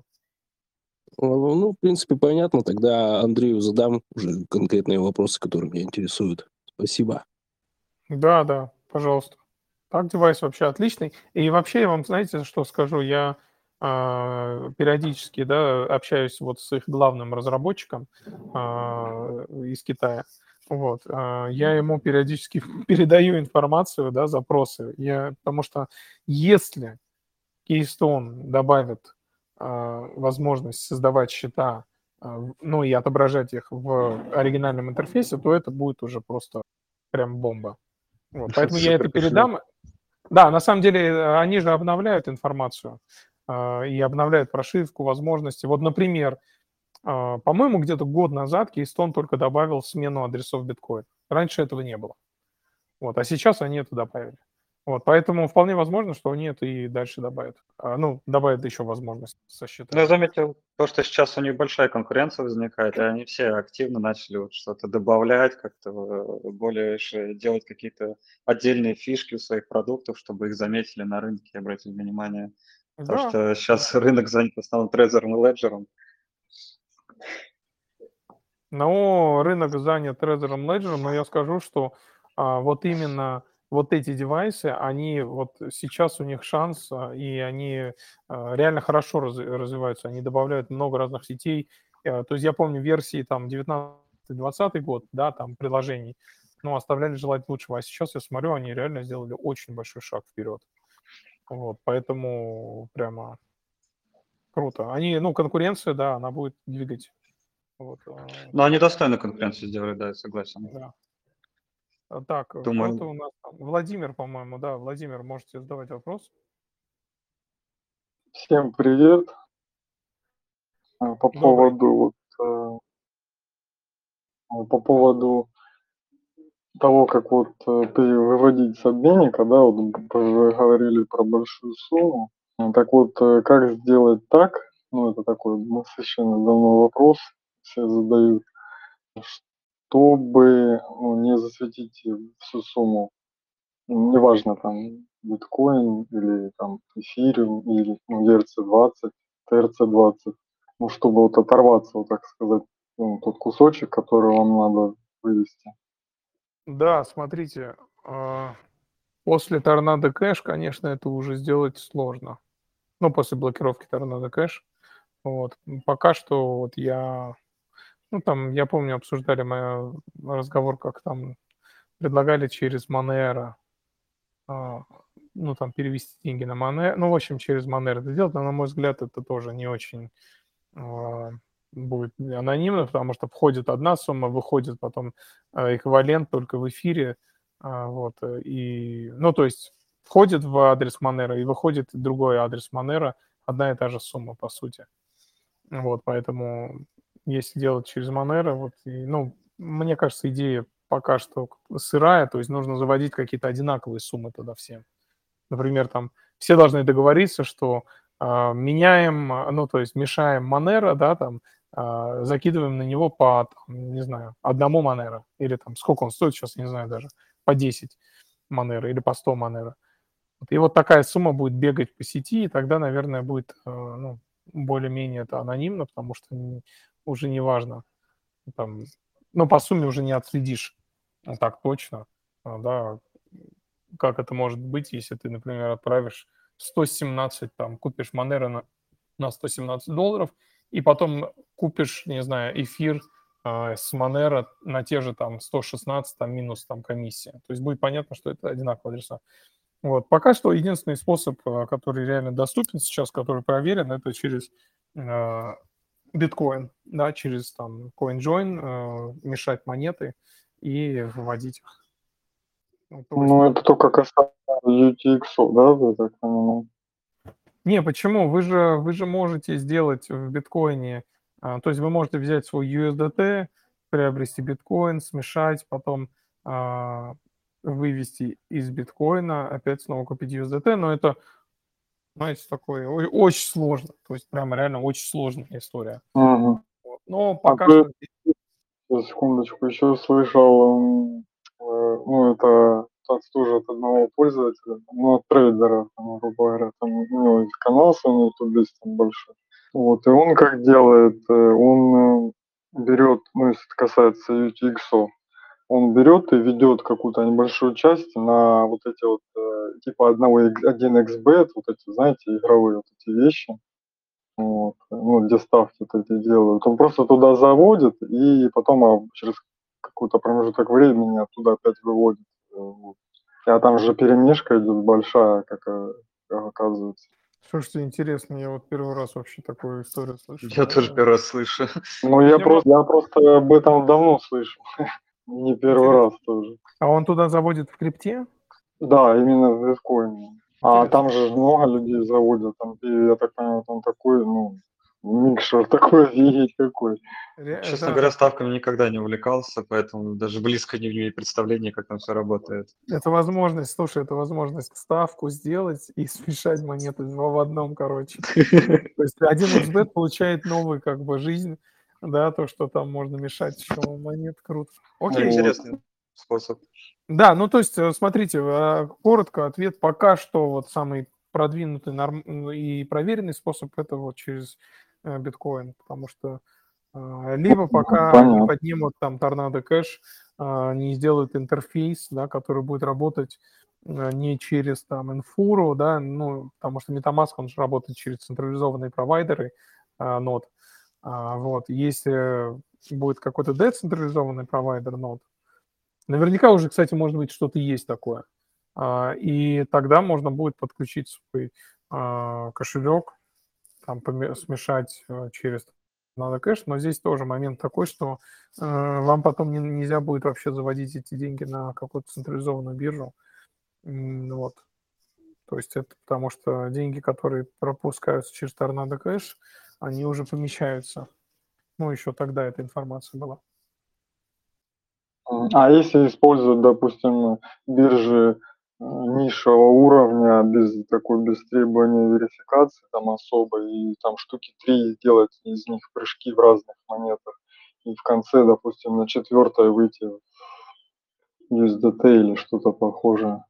Ну, в принципе, понятно. Тогда Андрею задам уже конкретные вопросы, которые меня интересуют. Спасибо. Да, да, пожалуйста. Так, девайс вообще отличный. И вообще, я вам, знаете, что скажу? Я а, периодически, да, общаюсь вот с их главным разработчиком а, из Китая. Вот. а, Я ему периодически передаю информацию, да, запросы. Я, потому что если Keystone добавит а, возможность создавать счета, а, в- ну и отображать их в оригинальном интерфейсе, то это будет уже просто прям бомба. Вот, поэтому я это Супер кошелек. передам. Да, на самом деле э, они же обновляют информацию а, и обновляют прошивку, возможности. Вот, например, а, по-моему, где-то год назад Keystone только добавил смену адресов биткоин. Раньше этого не было. Вот, а сейчас они это добавили. Вот, поэтому вполне возможно, что они это и дальше добавят. А, ну, добавят еще возможность со Ну, я счетами. заметил то, что сейчас у них большая конкуренция возникает, и они все активно начали вот что-то добавлять, как-то э, более же делать какие-то отдельные фишки у своих продуктов, чтобы их заметили на рынке и обратили внимание. Потому Да, что сейчас рынок занят в основном трезором и леджером. но рынок занят Trezor Ledger, но я скажу, что а, вот именно вот эти девайсы, они вот сейчас у них шанс, а, и они а, реально хорошо раз- развиваются, они добавляют много разных сетей. Э, То есть я помню версии там девятнадцатый-двадцатый год, да, там приложений, ну, оставляли желать лучшего. А сейчас я смотрю, они реально сделали очень большой шаг вперед. Вот, поэтому прямо круто. Они, ну, конкуренция, да, она будет двигать. Вот, а, Но они достойно конкуренцию сделали, да, я согласен. да. А, Так, э, Думаю, кто-то у нас там, Владимир, по-моему, да, Владимир, можете задавать вопрос. Всем привет. А, По Добрый. поводу вот, э, а, по поводу того, как вот э, пере- выводить с обменника, да, вот б- вы говорили про большую сумму. А, Так вот, э, как сделать так, ну, это такой насыщенный давно вопрос, все задают, чтобы ну, не засветить всю сумму, ну, неважно, там, биткоин или там эфириум или ну, и эр си двадцать, ти эр си двадцать, ну, чтобы вот оторваться, вот так сказать, ну, тот кусочек, который вам надо вывести. Да, смотрите, а, после Торнадо Кэш, конечно, это уже сделать сложно. Ну, после блокировки Торнадо Кэш. Вот. М, Пока что вот я, ну, там, я помню, обсуждали мой разговор, как там предлагали через Monero, а, ну, там, перевести деньги на Monero. Ну, в общем, через Monero это делать, но, на мой взгляд, это тоже не очень а, будет анонимно, потому что входит одна сумма, выходит потом а, эквивалент только в эфире. а, Вот, э, и, ну, то есть входит в адрес Monero и выходит другой адрес Monero, одна и та же сумма, по сути. Вот, поэтому если делать через Monero, вот, и, ну, мне кажется, идея пока что сырая, то есть нужно заводить какие-то одинаковые суммы тогда всем. Например, там все должны договориться, что а, меняем, а, ну, то есть мешаем Monero, да, там, а, закидываем на него по, там, не знаю, одному Monero, или там, сколько он стоит сейчас, не знаю даже, по десять Monero или по сто Monero. Вот, и вот такая сумма будет бегать по сети, и тогда, наверное, будет, э, ну, более-менее это анонимно, потому что не- уже не важно, там, ну, по сумме уже не отследишь ну, так точно, а, да, как это может быть, если ты, например, отправишь сто семнадцать, там, купишь Monero на, на сто семнадцать долларов, и потом купишь, не знаю, эфир а, с Monero на те же там сто шестнадцать, там минус там комиссия. То есть будет понятно, что это одинаковые адреса. Вот. Пока что единственный способ, а, который реально доступен сейчас, который проверен, это через э, биткоин, да, через там CoinJoin э, мешать монеты и выводить их. Ну, то есть, Ну, это только касается ю ти экс, да, вы так понимаете? не, почему? Вы же, вы же можете сделать в биткоине, а, то есть вы можете взять свой ю эс ди ти, приобрести биткоин, смешать, потом а, вывести из биткоина, опять снова купить ю эс ди ти, но это, знаете, такое о- очень сложно, то есть прямо реально очень сложная история. Угу. Вот. Но А пока ты, что сейчас, секундочку, еще слышал, м, э, ну, это от- тоже от одного пользователя, ну, от трейдера, там, грубо говоря, там у него есть канал свой на YouTube, есть там большой. Вот, и он как делает, э, он э, берет, ну, если это касается ю ти экс, он берет и ведет какую-то небольшую часть на вот эти вот, э, типа одного, один икс бет, вот эти, знаете, игровые вот эти вещи, вот, ну, где ставки вот эти делают. Он просто туда заводит и потом а, через какой-то промежуток времени оттуда опять выводит. э, вот. А там же перемешка идет большая, как э, как оказывается. слушайте, интересно, я вот первый раз вообще такую историю слышу. Я тоже да. первый раз слышу. Ну, я Видимо, просто, я просто об этом давно слышу. Не первый интересно. раз тоже. А он туда заводит в крипте? Да, именно в биткоине. А Интересно. там же много людей заводят, там, и я так понимаю, там такой, ну, микшер такой, офигеть какой. Ре- Честно да, говоря, ставками никогда не увлекался, поэтому даже близко не имею представления, как там все работает. это возможность, слушай, это возможность ставку сделать и смешать монеты два в одном, короче. То есть один икс бет получает новую как бы жизнь, да, то, что там можно мешать еще монет, круто. Окей. Вот. Интересный способ. Да, ну то есть, э, смотрите, а, коротко ответ пока что вот самый продвинутый норм- и проверенный способ это вот через э, биткоин, потому что а, либо пока не Понятно. поднимут там торнадо кэш, а, не сделают интерфейс, да, который будет работать э, не через там инфуру, да, ну, потому что MetaMask, он же работает через централизованные провайдеры а, нод. А, вот, если будет какой-то децентрализованный провайдер нод, наверняка уже, кстати, может быть, что-то есть такое. А, и тогда можно будет подключить свой а, кошелек, там поме- смешать э, через надо кэш, но здесь тоже момент такой, что э, вам потом не- нельзя будет вообще заводить эти деньги на какую-то централизованную биржу. М, Вот. То есть это потому что деньги, которые пропускаются через Торнадо Кэш, они уже помещаются. Ну, еще тогда эта информация была. М, А если использовать, допустим, биржи э, низшего уровня, без такой, без требования верификации там особо, и там штуки три делать из них прыжки в разных монетах, и в конце, допустим, на четвертой выйти в ю эс ди ти или что-то похожее.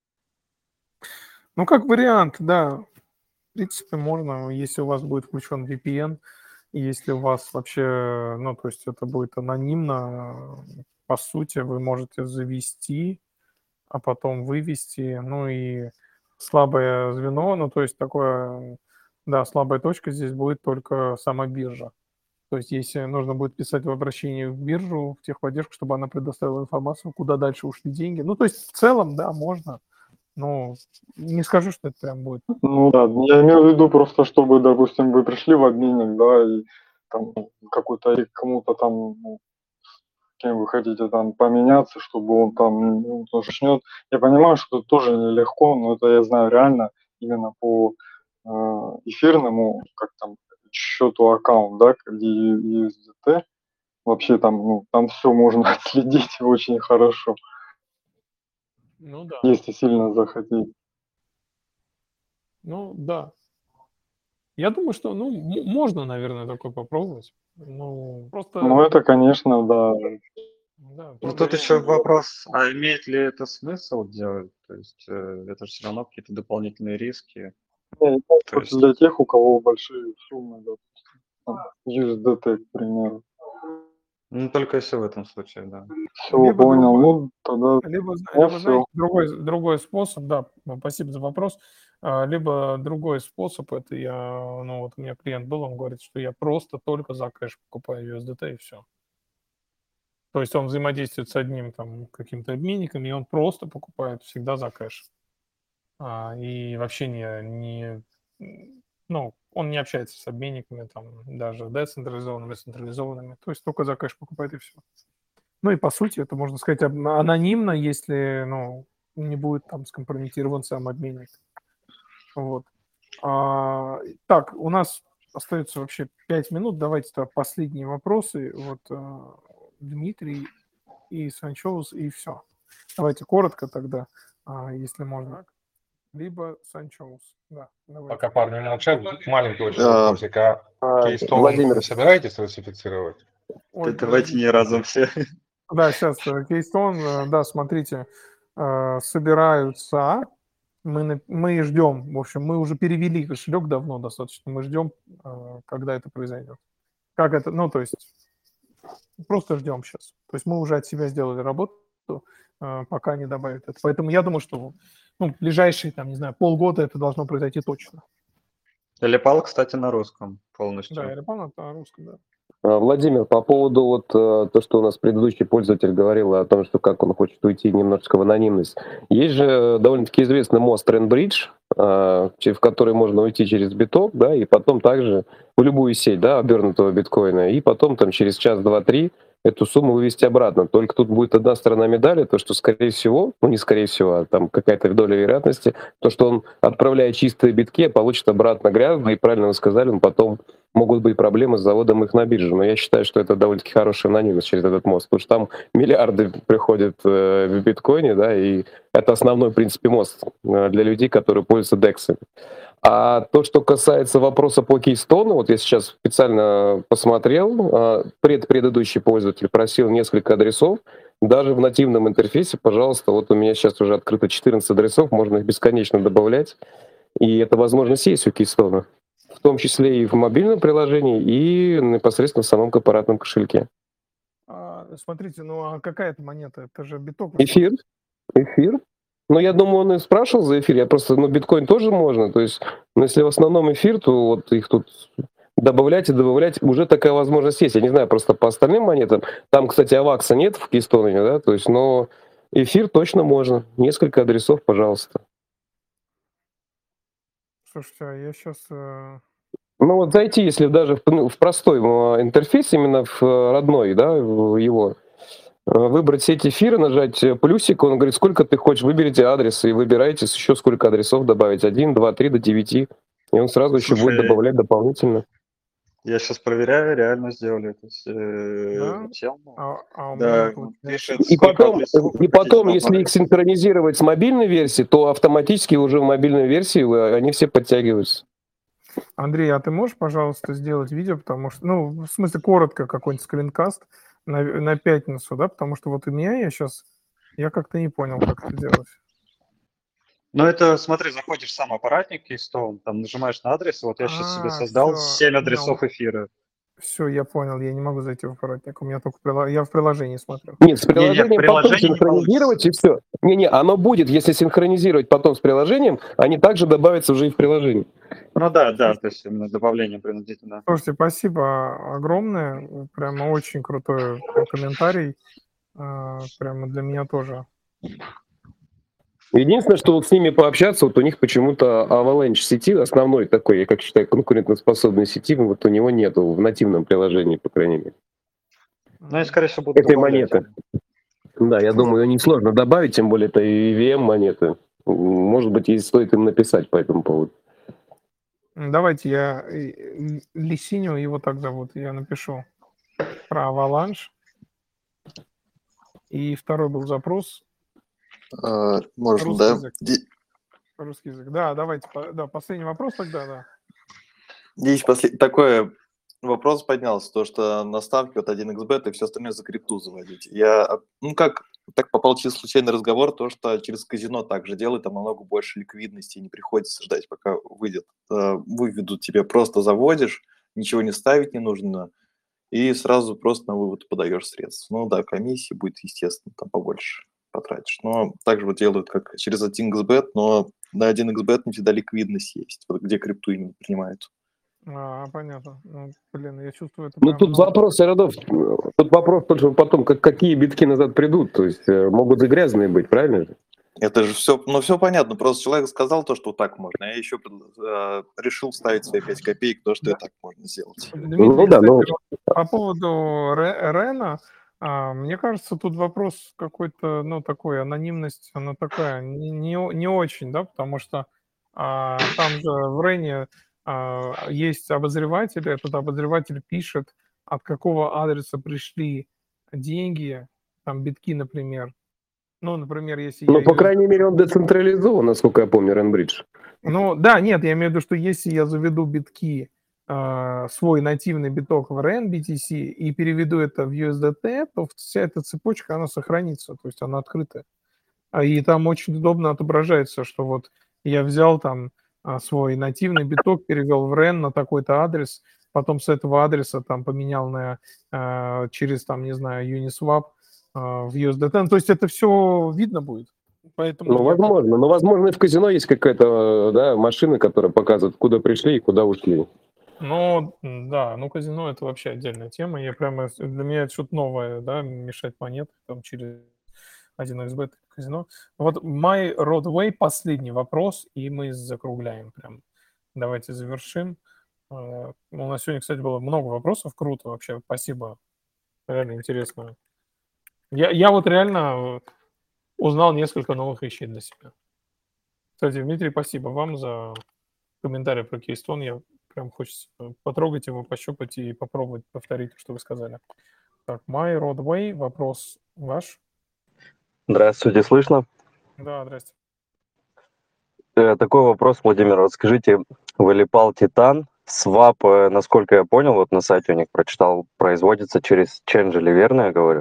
Ну, как вариант, да. В принципе, можно, если у вас будет включен ви пи эн, и если у вас вообще, ну, то есть это будет анонимно, по сути, вы можете завести, а потом вывести, ну и слабое звено, ну, то есть такое, да, слабая точка здесь будет только сама биржа. То есть если нужно будет писать в обращении в биржу, в техподдержку, чтобы она предоставила информацию, куда дальше ушли деньги. Ну, то есть в целом, да, можно, но не скажу, что это прям будет. Ну да, я имею в виду просто, чтобы, допустим, вы пришли в обменник, да, и там какой-то и кому-то там, ну, с кем вы хотите там поменяться, чтобы он там ну, тоже начнет. Я понимаю, что это тоже нелегко, но это я знаю реально именно по э, эфирному, как там, счету аккаунт, да, где ю эс ди ти. Вообще там, ну, там все можно отследить очень хорошо, Ну да. если сильно захотеть. Ну да. Я думаю, что, ну, м- можно, наверное, такое попробовать. Ну, просто, Ну, это, конечно, да. да, Ну просто тут я еще не- вопрос, а имеет ли это смысл делать? То есть э, это же все равно какие-то дополнительные риски. Не, не То только есть, для тех, у кого большие суммы, допустим, там, ю эс ди ти, к примеру. ну только если в этом случае, да. Все, либо понял. другой, Ну, тогда либо, ну, либо, знаете, все. другой, другой способ, да, м, спасибо за вопрос, А, либо другой способ, это я, ну, вот у меня клиент был, он говорит, что я просто только за кэш покупаю ю эс ди ти и все. То есть он взаимодействует с одним там каким-то обменником, и он просто покупает всегда за кэш. А, и вообще не, не, Ну, он не общается с обменниками, там, даже децентрализованными, централизованными. То есть только за кэш покупает и все. Ну и по сути это можно сказать об- анонимно, если, ну, не будет там скомпрометирован сам обменник. Вот. А, так, у нас остается вообще пять минут. Давайте тогда последние вопросы. Вот а, Дмитрий и Санчоус, и все. Давайте коротко тогда, а, если можно. Либо Санчоус. Да, давайте. Пока парни молчат, маленький очень А, вопросик. А А, Keystone Владимир, вы собираетесь русифицировать? Ой, Да давайте подождите. не разом все. Да, сейчас Keystone, да, смотрите, э, собираются. Мы, на- мы ждем, в общем, мы уже перевели кошелек давно достаточно. Мы ждем, э, когда это произойдет. Как это, ну, то есть просто ждем сейчас. То есть мы уже от себя сделали работу, э, пока не добавят это. Поэтому я думаю, что ну, в ближайшие, там, не знаю, полгода это должно произойти точно. Лепал, кстати, на русском Да, полностью. я понял, это на русском, да. А, Владимир, по поводу вот э, то, что у нас предыдущий пользователь говорил о том, что как он хочет уйти немножечко в анонимность. Есть же довольно-таки известный мост Trendbridge, э, че- в который можно уйти через биток, да, и потом также в любую сеть, да, обернутого биткоина, и потом там через час, два, три эту сумму вывести обратно. Только тут будет одна сторона медали, то, что скорее всего, ну не скорее всего, а там какая-то доля вероятности, то, что он, отправляя чистые битки, получит обратно грязно, и правильно вы сказали, он потом могут быть проблемы с заводом их на биржу. Но я считаю, что это довольно-таки хорошая анонимность через этот мост, потому что там миллиарды приходят э, в биткоине, да, и это основной, в принципе, мост э, для людей, которые пользуются дексами. А то, что касается вопроса по Keystone, вот я сейчас специально посмотрел, э, предпредыдущий пользователь просил несколько адресов, даже в нативном интерфейсе, пожалуйста, вот у меня сейчас уже открыто четырнадцать адресов, можно их бесконечно добавлять, и эта возможность есть у Keystone, в том числе и в мобильном приложении, и непосредственно в самом корпоратном кошельке. А, смотрите, ну а какая это монета? Это же биток. вы Эфир, эфир. Ну, я думаю, он и спрашивал за эфир. Я просто, ну, биткоин тоже можно. То есть, ну, если в основном эфир, то вот их тут добавлять и добавлять уже такая возможность есть. Я не знаю, просто по остальным монетам. Там, кстати, авакса нет в Keystone, да, то есть, но эфир точно можно. Несколько адресов, пожалуйста. Слушайте, а я сейчас... Ну вот зайти, если даже в, ну, в простой э, интерфейс, именно в э, родной, да, в его, э, выбрать сеть эфира, нажать э, плюсик, он говорит, сколько ты хочешь, выберите адрес и выбираете еще сколько адресов добавить, один, два, три до девяти, и он сразу еще будет Слушай, добавлять дополнительно. я сейчас проверяю, реально сделали эту э, Да? тему. А, а у меня Да, не получается. пишет, И сколько потом, адресов и вы потом, хотите если их добавить. синхронизировать с мобильной версией, то автоматически уже в мобильной версии э, они все подтягиваются. Андрей, а ты можешь, пожалуйста, сделать видео, потому что, ну, в смысле, коротко какой-нибудь скринкаст на, на пятницу, да, потому что вот у меня я сейчас, я как-то не понял, как это делать. Ну, это, смотри, заходишь в сам аппаратник Keystone, там нажимаешь на адрес, вот я сейчас себе А, создал все, семь адресов эфира. все, я понял, я не могу зайти в аппаратник, у меня только прила- я в приложении смотрю. Нет, с Не-не, в приложением потом приложении не синхронизировать и получится. все. Не-не, оно будет, если синхронизировать потом с приложением, они также добавятся уже и в приложение. Ну да, да, то есть именно добавление принудительно. Слушайте, спасибо огромное, прямо очень крутой комментарий, а, прямо для меня тоже. Единственное, что вот с ними пообщаться, вот у них почему-то Avalanche сети, основной такой, я как считаю, конкурентоспособной сети, вот у него нету в нативном приложении, по крайней мере. Ну и, скорее всего, будут Этой добавлять. монеты. Да, я думаю, ее несложно добавить, тем более это и ви эм монеты. Может быть, и стоит им написать по этому поводу. Давайте я э, Лисиню, его так зовут, я напишу про Avalanche. И второй был запрос. А, можно, Русский да? язык. Ди- Русский язык. Да, давайте, по- да, последний вопрос тогда, да. Здесь после... такой вопрос поднялся, то, что на ставке вот один икс бет и все остальное за крипту заводить. Я, ну как, так попал через случайный разговор, то, что через казино также делают, там намного больше ликвидности, не приходится ждать, пока выйдет. Э, Выведут тебе, просто заводишь, ничего не ставить не нужно, и сразу просто на вывод подаешь средства. Ну да, комиссии будет, естественно, там побольше потратишь. Но также вот делают как через один икс бет, но на один икс бет не всегда ликвидность есть, вот где крипту именно принимают. А, понятно. Ну, блин, я чувствую это Ну, прям, тут ну, вопрос, Родов, тут вопрос только потом, как, какие битки назад придут, то есть э, могут и грязные быть, правильно же? Это же все, ну все понятно, просто человек сказал то, что так можно, я еще э, решил вставить свои пять копеек, то, что и так можно сделать. Дмитрий, Ну да, кстати, ну, вот по поводу Ре- Рена, а, мне кажется, тут вопрос какой-то, ну, такой, анонимность, она такая, не, не, о- не очень, да, потому что а, там же в Рене а, есть обозреватель, этот обозреватель пишет, от какого адреса пришли деньги, там, битки, например. Ну, например, если я ну, по ю эс ди... крайней мере, он децентрализован, насколько я помню, Ренбридж. Ну, да, нет, я имею в виду, что если я заведу битки, а, свой нативный биток в эр эн би ти си и переведу это в ю эс ди ти, то вся эта цепочка, она сохранится, то есть она открытая. А, И там очень удобно отображается, что вот я взял там а, свой нативный биток, перевел в эр эн на такой-то адрес, потом с этого адреса там поменял на а, через там, не знаю, Uniswap а, в ю эс ди ти. Ну, то есть это все видно будет. Поэтому Ну, я как возможно. Но, возможно, и в казино есть какая-то, да, машина, которая показывает, куда пришли и куда ушли. Ну, м, да, ну казино это вообще отдельная тема. Я прямо, для меня это что-то новое, да, мешать монеты там через один икс бет казино. Вот My Roadway, последний вопрос, и мы закругляем прям. Давайте завершим. Э, У нас сегодня, кстати, было много вопросов, круто вообще, спасибо, реально интересно. Я, я вот реально э, узнал несколько новых вещей для себя. Кстати, Дмитрий, спасибо вам за комментарий про Keystone. Я прям хочется потрогать его, пощупать и попробовать повторить, что вы сказали. Так, My Roadway, вопрос ваш. Здравствуйте, слышно? Да, здрасте. Э, Такой вопрос, Владимир. Вот скажите, Валипал Титан, свап, э, насколько я понял, вот на сайте у них прочитал, производится через Changelly, верно я говорю?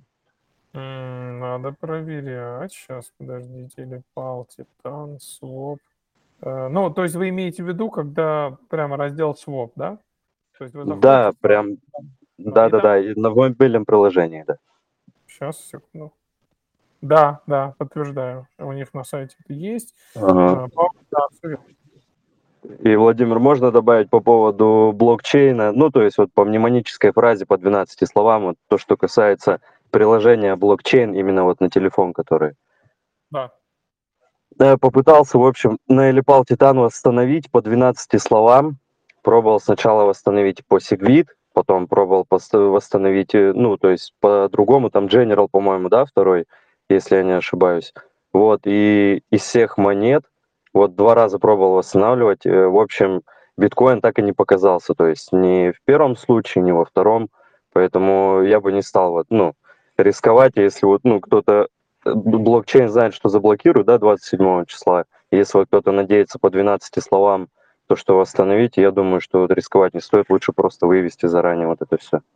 М, Надо проверять. Сейчас, подождите. Или пал, Титан, своп. Э, Ну, то есть вы имеете в виду, когда прямо раздел своп, да? То есть вы заходите Да, в свап, прям, да, и там... да-да-да, и на мобильном приложении, да. Сейчас, секунду. Да, да, подтверждаю. У них на сайте это есть. Ага. Э, пал, да, всё верно. И, Владимир, можно добавить по поводу блокчейна, ну, то есть вот по мнемонической фразе, по двенадцати словам, вот то, что касается приложения блокчейн именно вот на телефон, который... Да. Да, попытался, в общем, на Элипал Титан восстановить по двенадцати словам. Пробовал сначала восстановить по Segwit, потом пробовал пост- восстановить, э, ну, то есть по-другому, там General, по-моему, да, второй, если я не ошибаюсь. Вот, и из всех монет, вот два раза пробовал восстанавливать, э, в общем, биткоин так и не показался, то есть ни в первом случае, ни во втором, поэтому я бы не стал, вот, ну, рисковать, если вот, ну, кто-то блокчейн знает, что заблокируют, да, двадцать седьмого числа. Если вот кто-то надеется по двенадцати словам то, что восстановить, я думаю, что вот рисковать не стоит, лучше просто вывести заранее вот это все.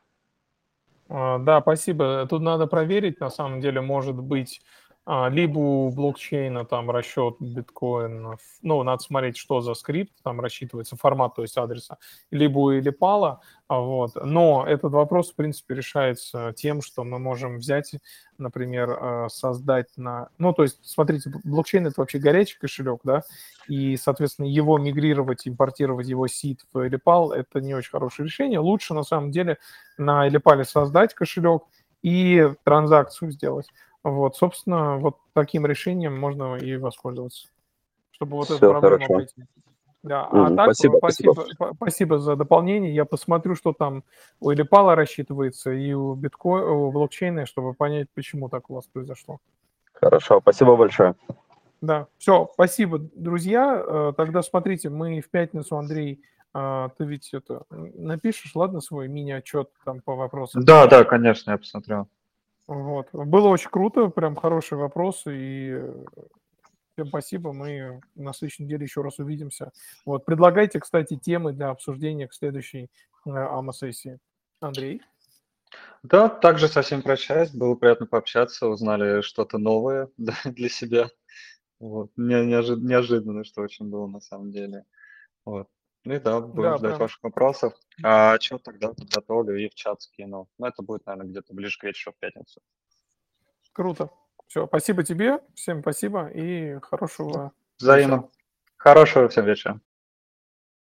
А, Да, спасибо. Тут надо проверить, на самом деле, может быть, а, либо у блокчейна там расчет биткоинов, ну, надо смотреть, что за скрипт там рассчитывается, формат, то есть адреса, либо у Элипала, а, вот. Но этот вопрос, в принципе, решается тем, что мы можем взять, например, а, создать на... Ну, то есть, смотрите, б- блокчейн — это вообще горячий кошелек, да, и, соответственно, его мигрировать, импортировать его сид в Элипал — это не очень хорошее решение. Лучше, на самом деле, на Элипале создать кошелек и транзакцию сделать. Вот, собственно, вот таким решением можно и воспользоваться, чтобы вот эту Все проблему хорошо. обойти. Да, а Мгм. так, э, Спасибо, спасибо. спасибо, по- спасибо за дополнение. Я посмотрю, что там у Элипала рассчитывается и у биткоина, у блокчейна, чтобы понять, почему так у вас произошло. Хорошо, спасибо большое. Да, все, спасибо, друзья. Э, Тогда смотрите, мы в пятницу, Андрей, а, ты ведь это м, напишешь, ладно, свой мини-отчет там по вопросам? Да, да, конечно, я посмотрел. Вот. Было очень круто, прям хорошие вопросы, и э, всем спасибо, мы на следующей неделе еще раз увидимся. Вот. Предлагайте, кстати, темы для обсуждения к следующей э, АМА-сессии. Андрей? Да, также со всеми прощаюсь, было приятно пообщаться, узнали что-то новое да, для себя. Вот. Не- неожи- неожиданно, что очень было на самом деле. Вот. Ну и да, будем Да, ждать прям ваших вопросов. А что тогда подготовлю и в чат скину. Ну, это будет, наверное, где-то ближе к вечеру в пятницу. круто. Все, спасибо тебе, всем спасибо и хорошего вечера. Взаимно. Хорошего всем вечера.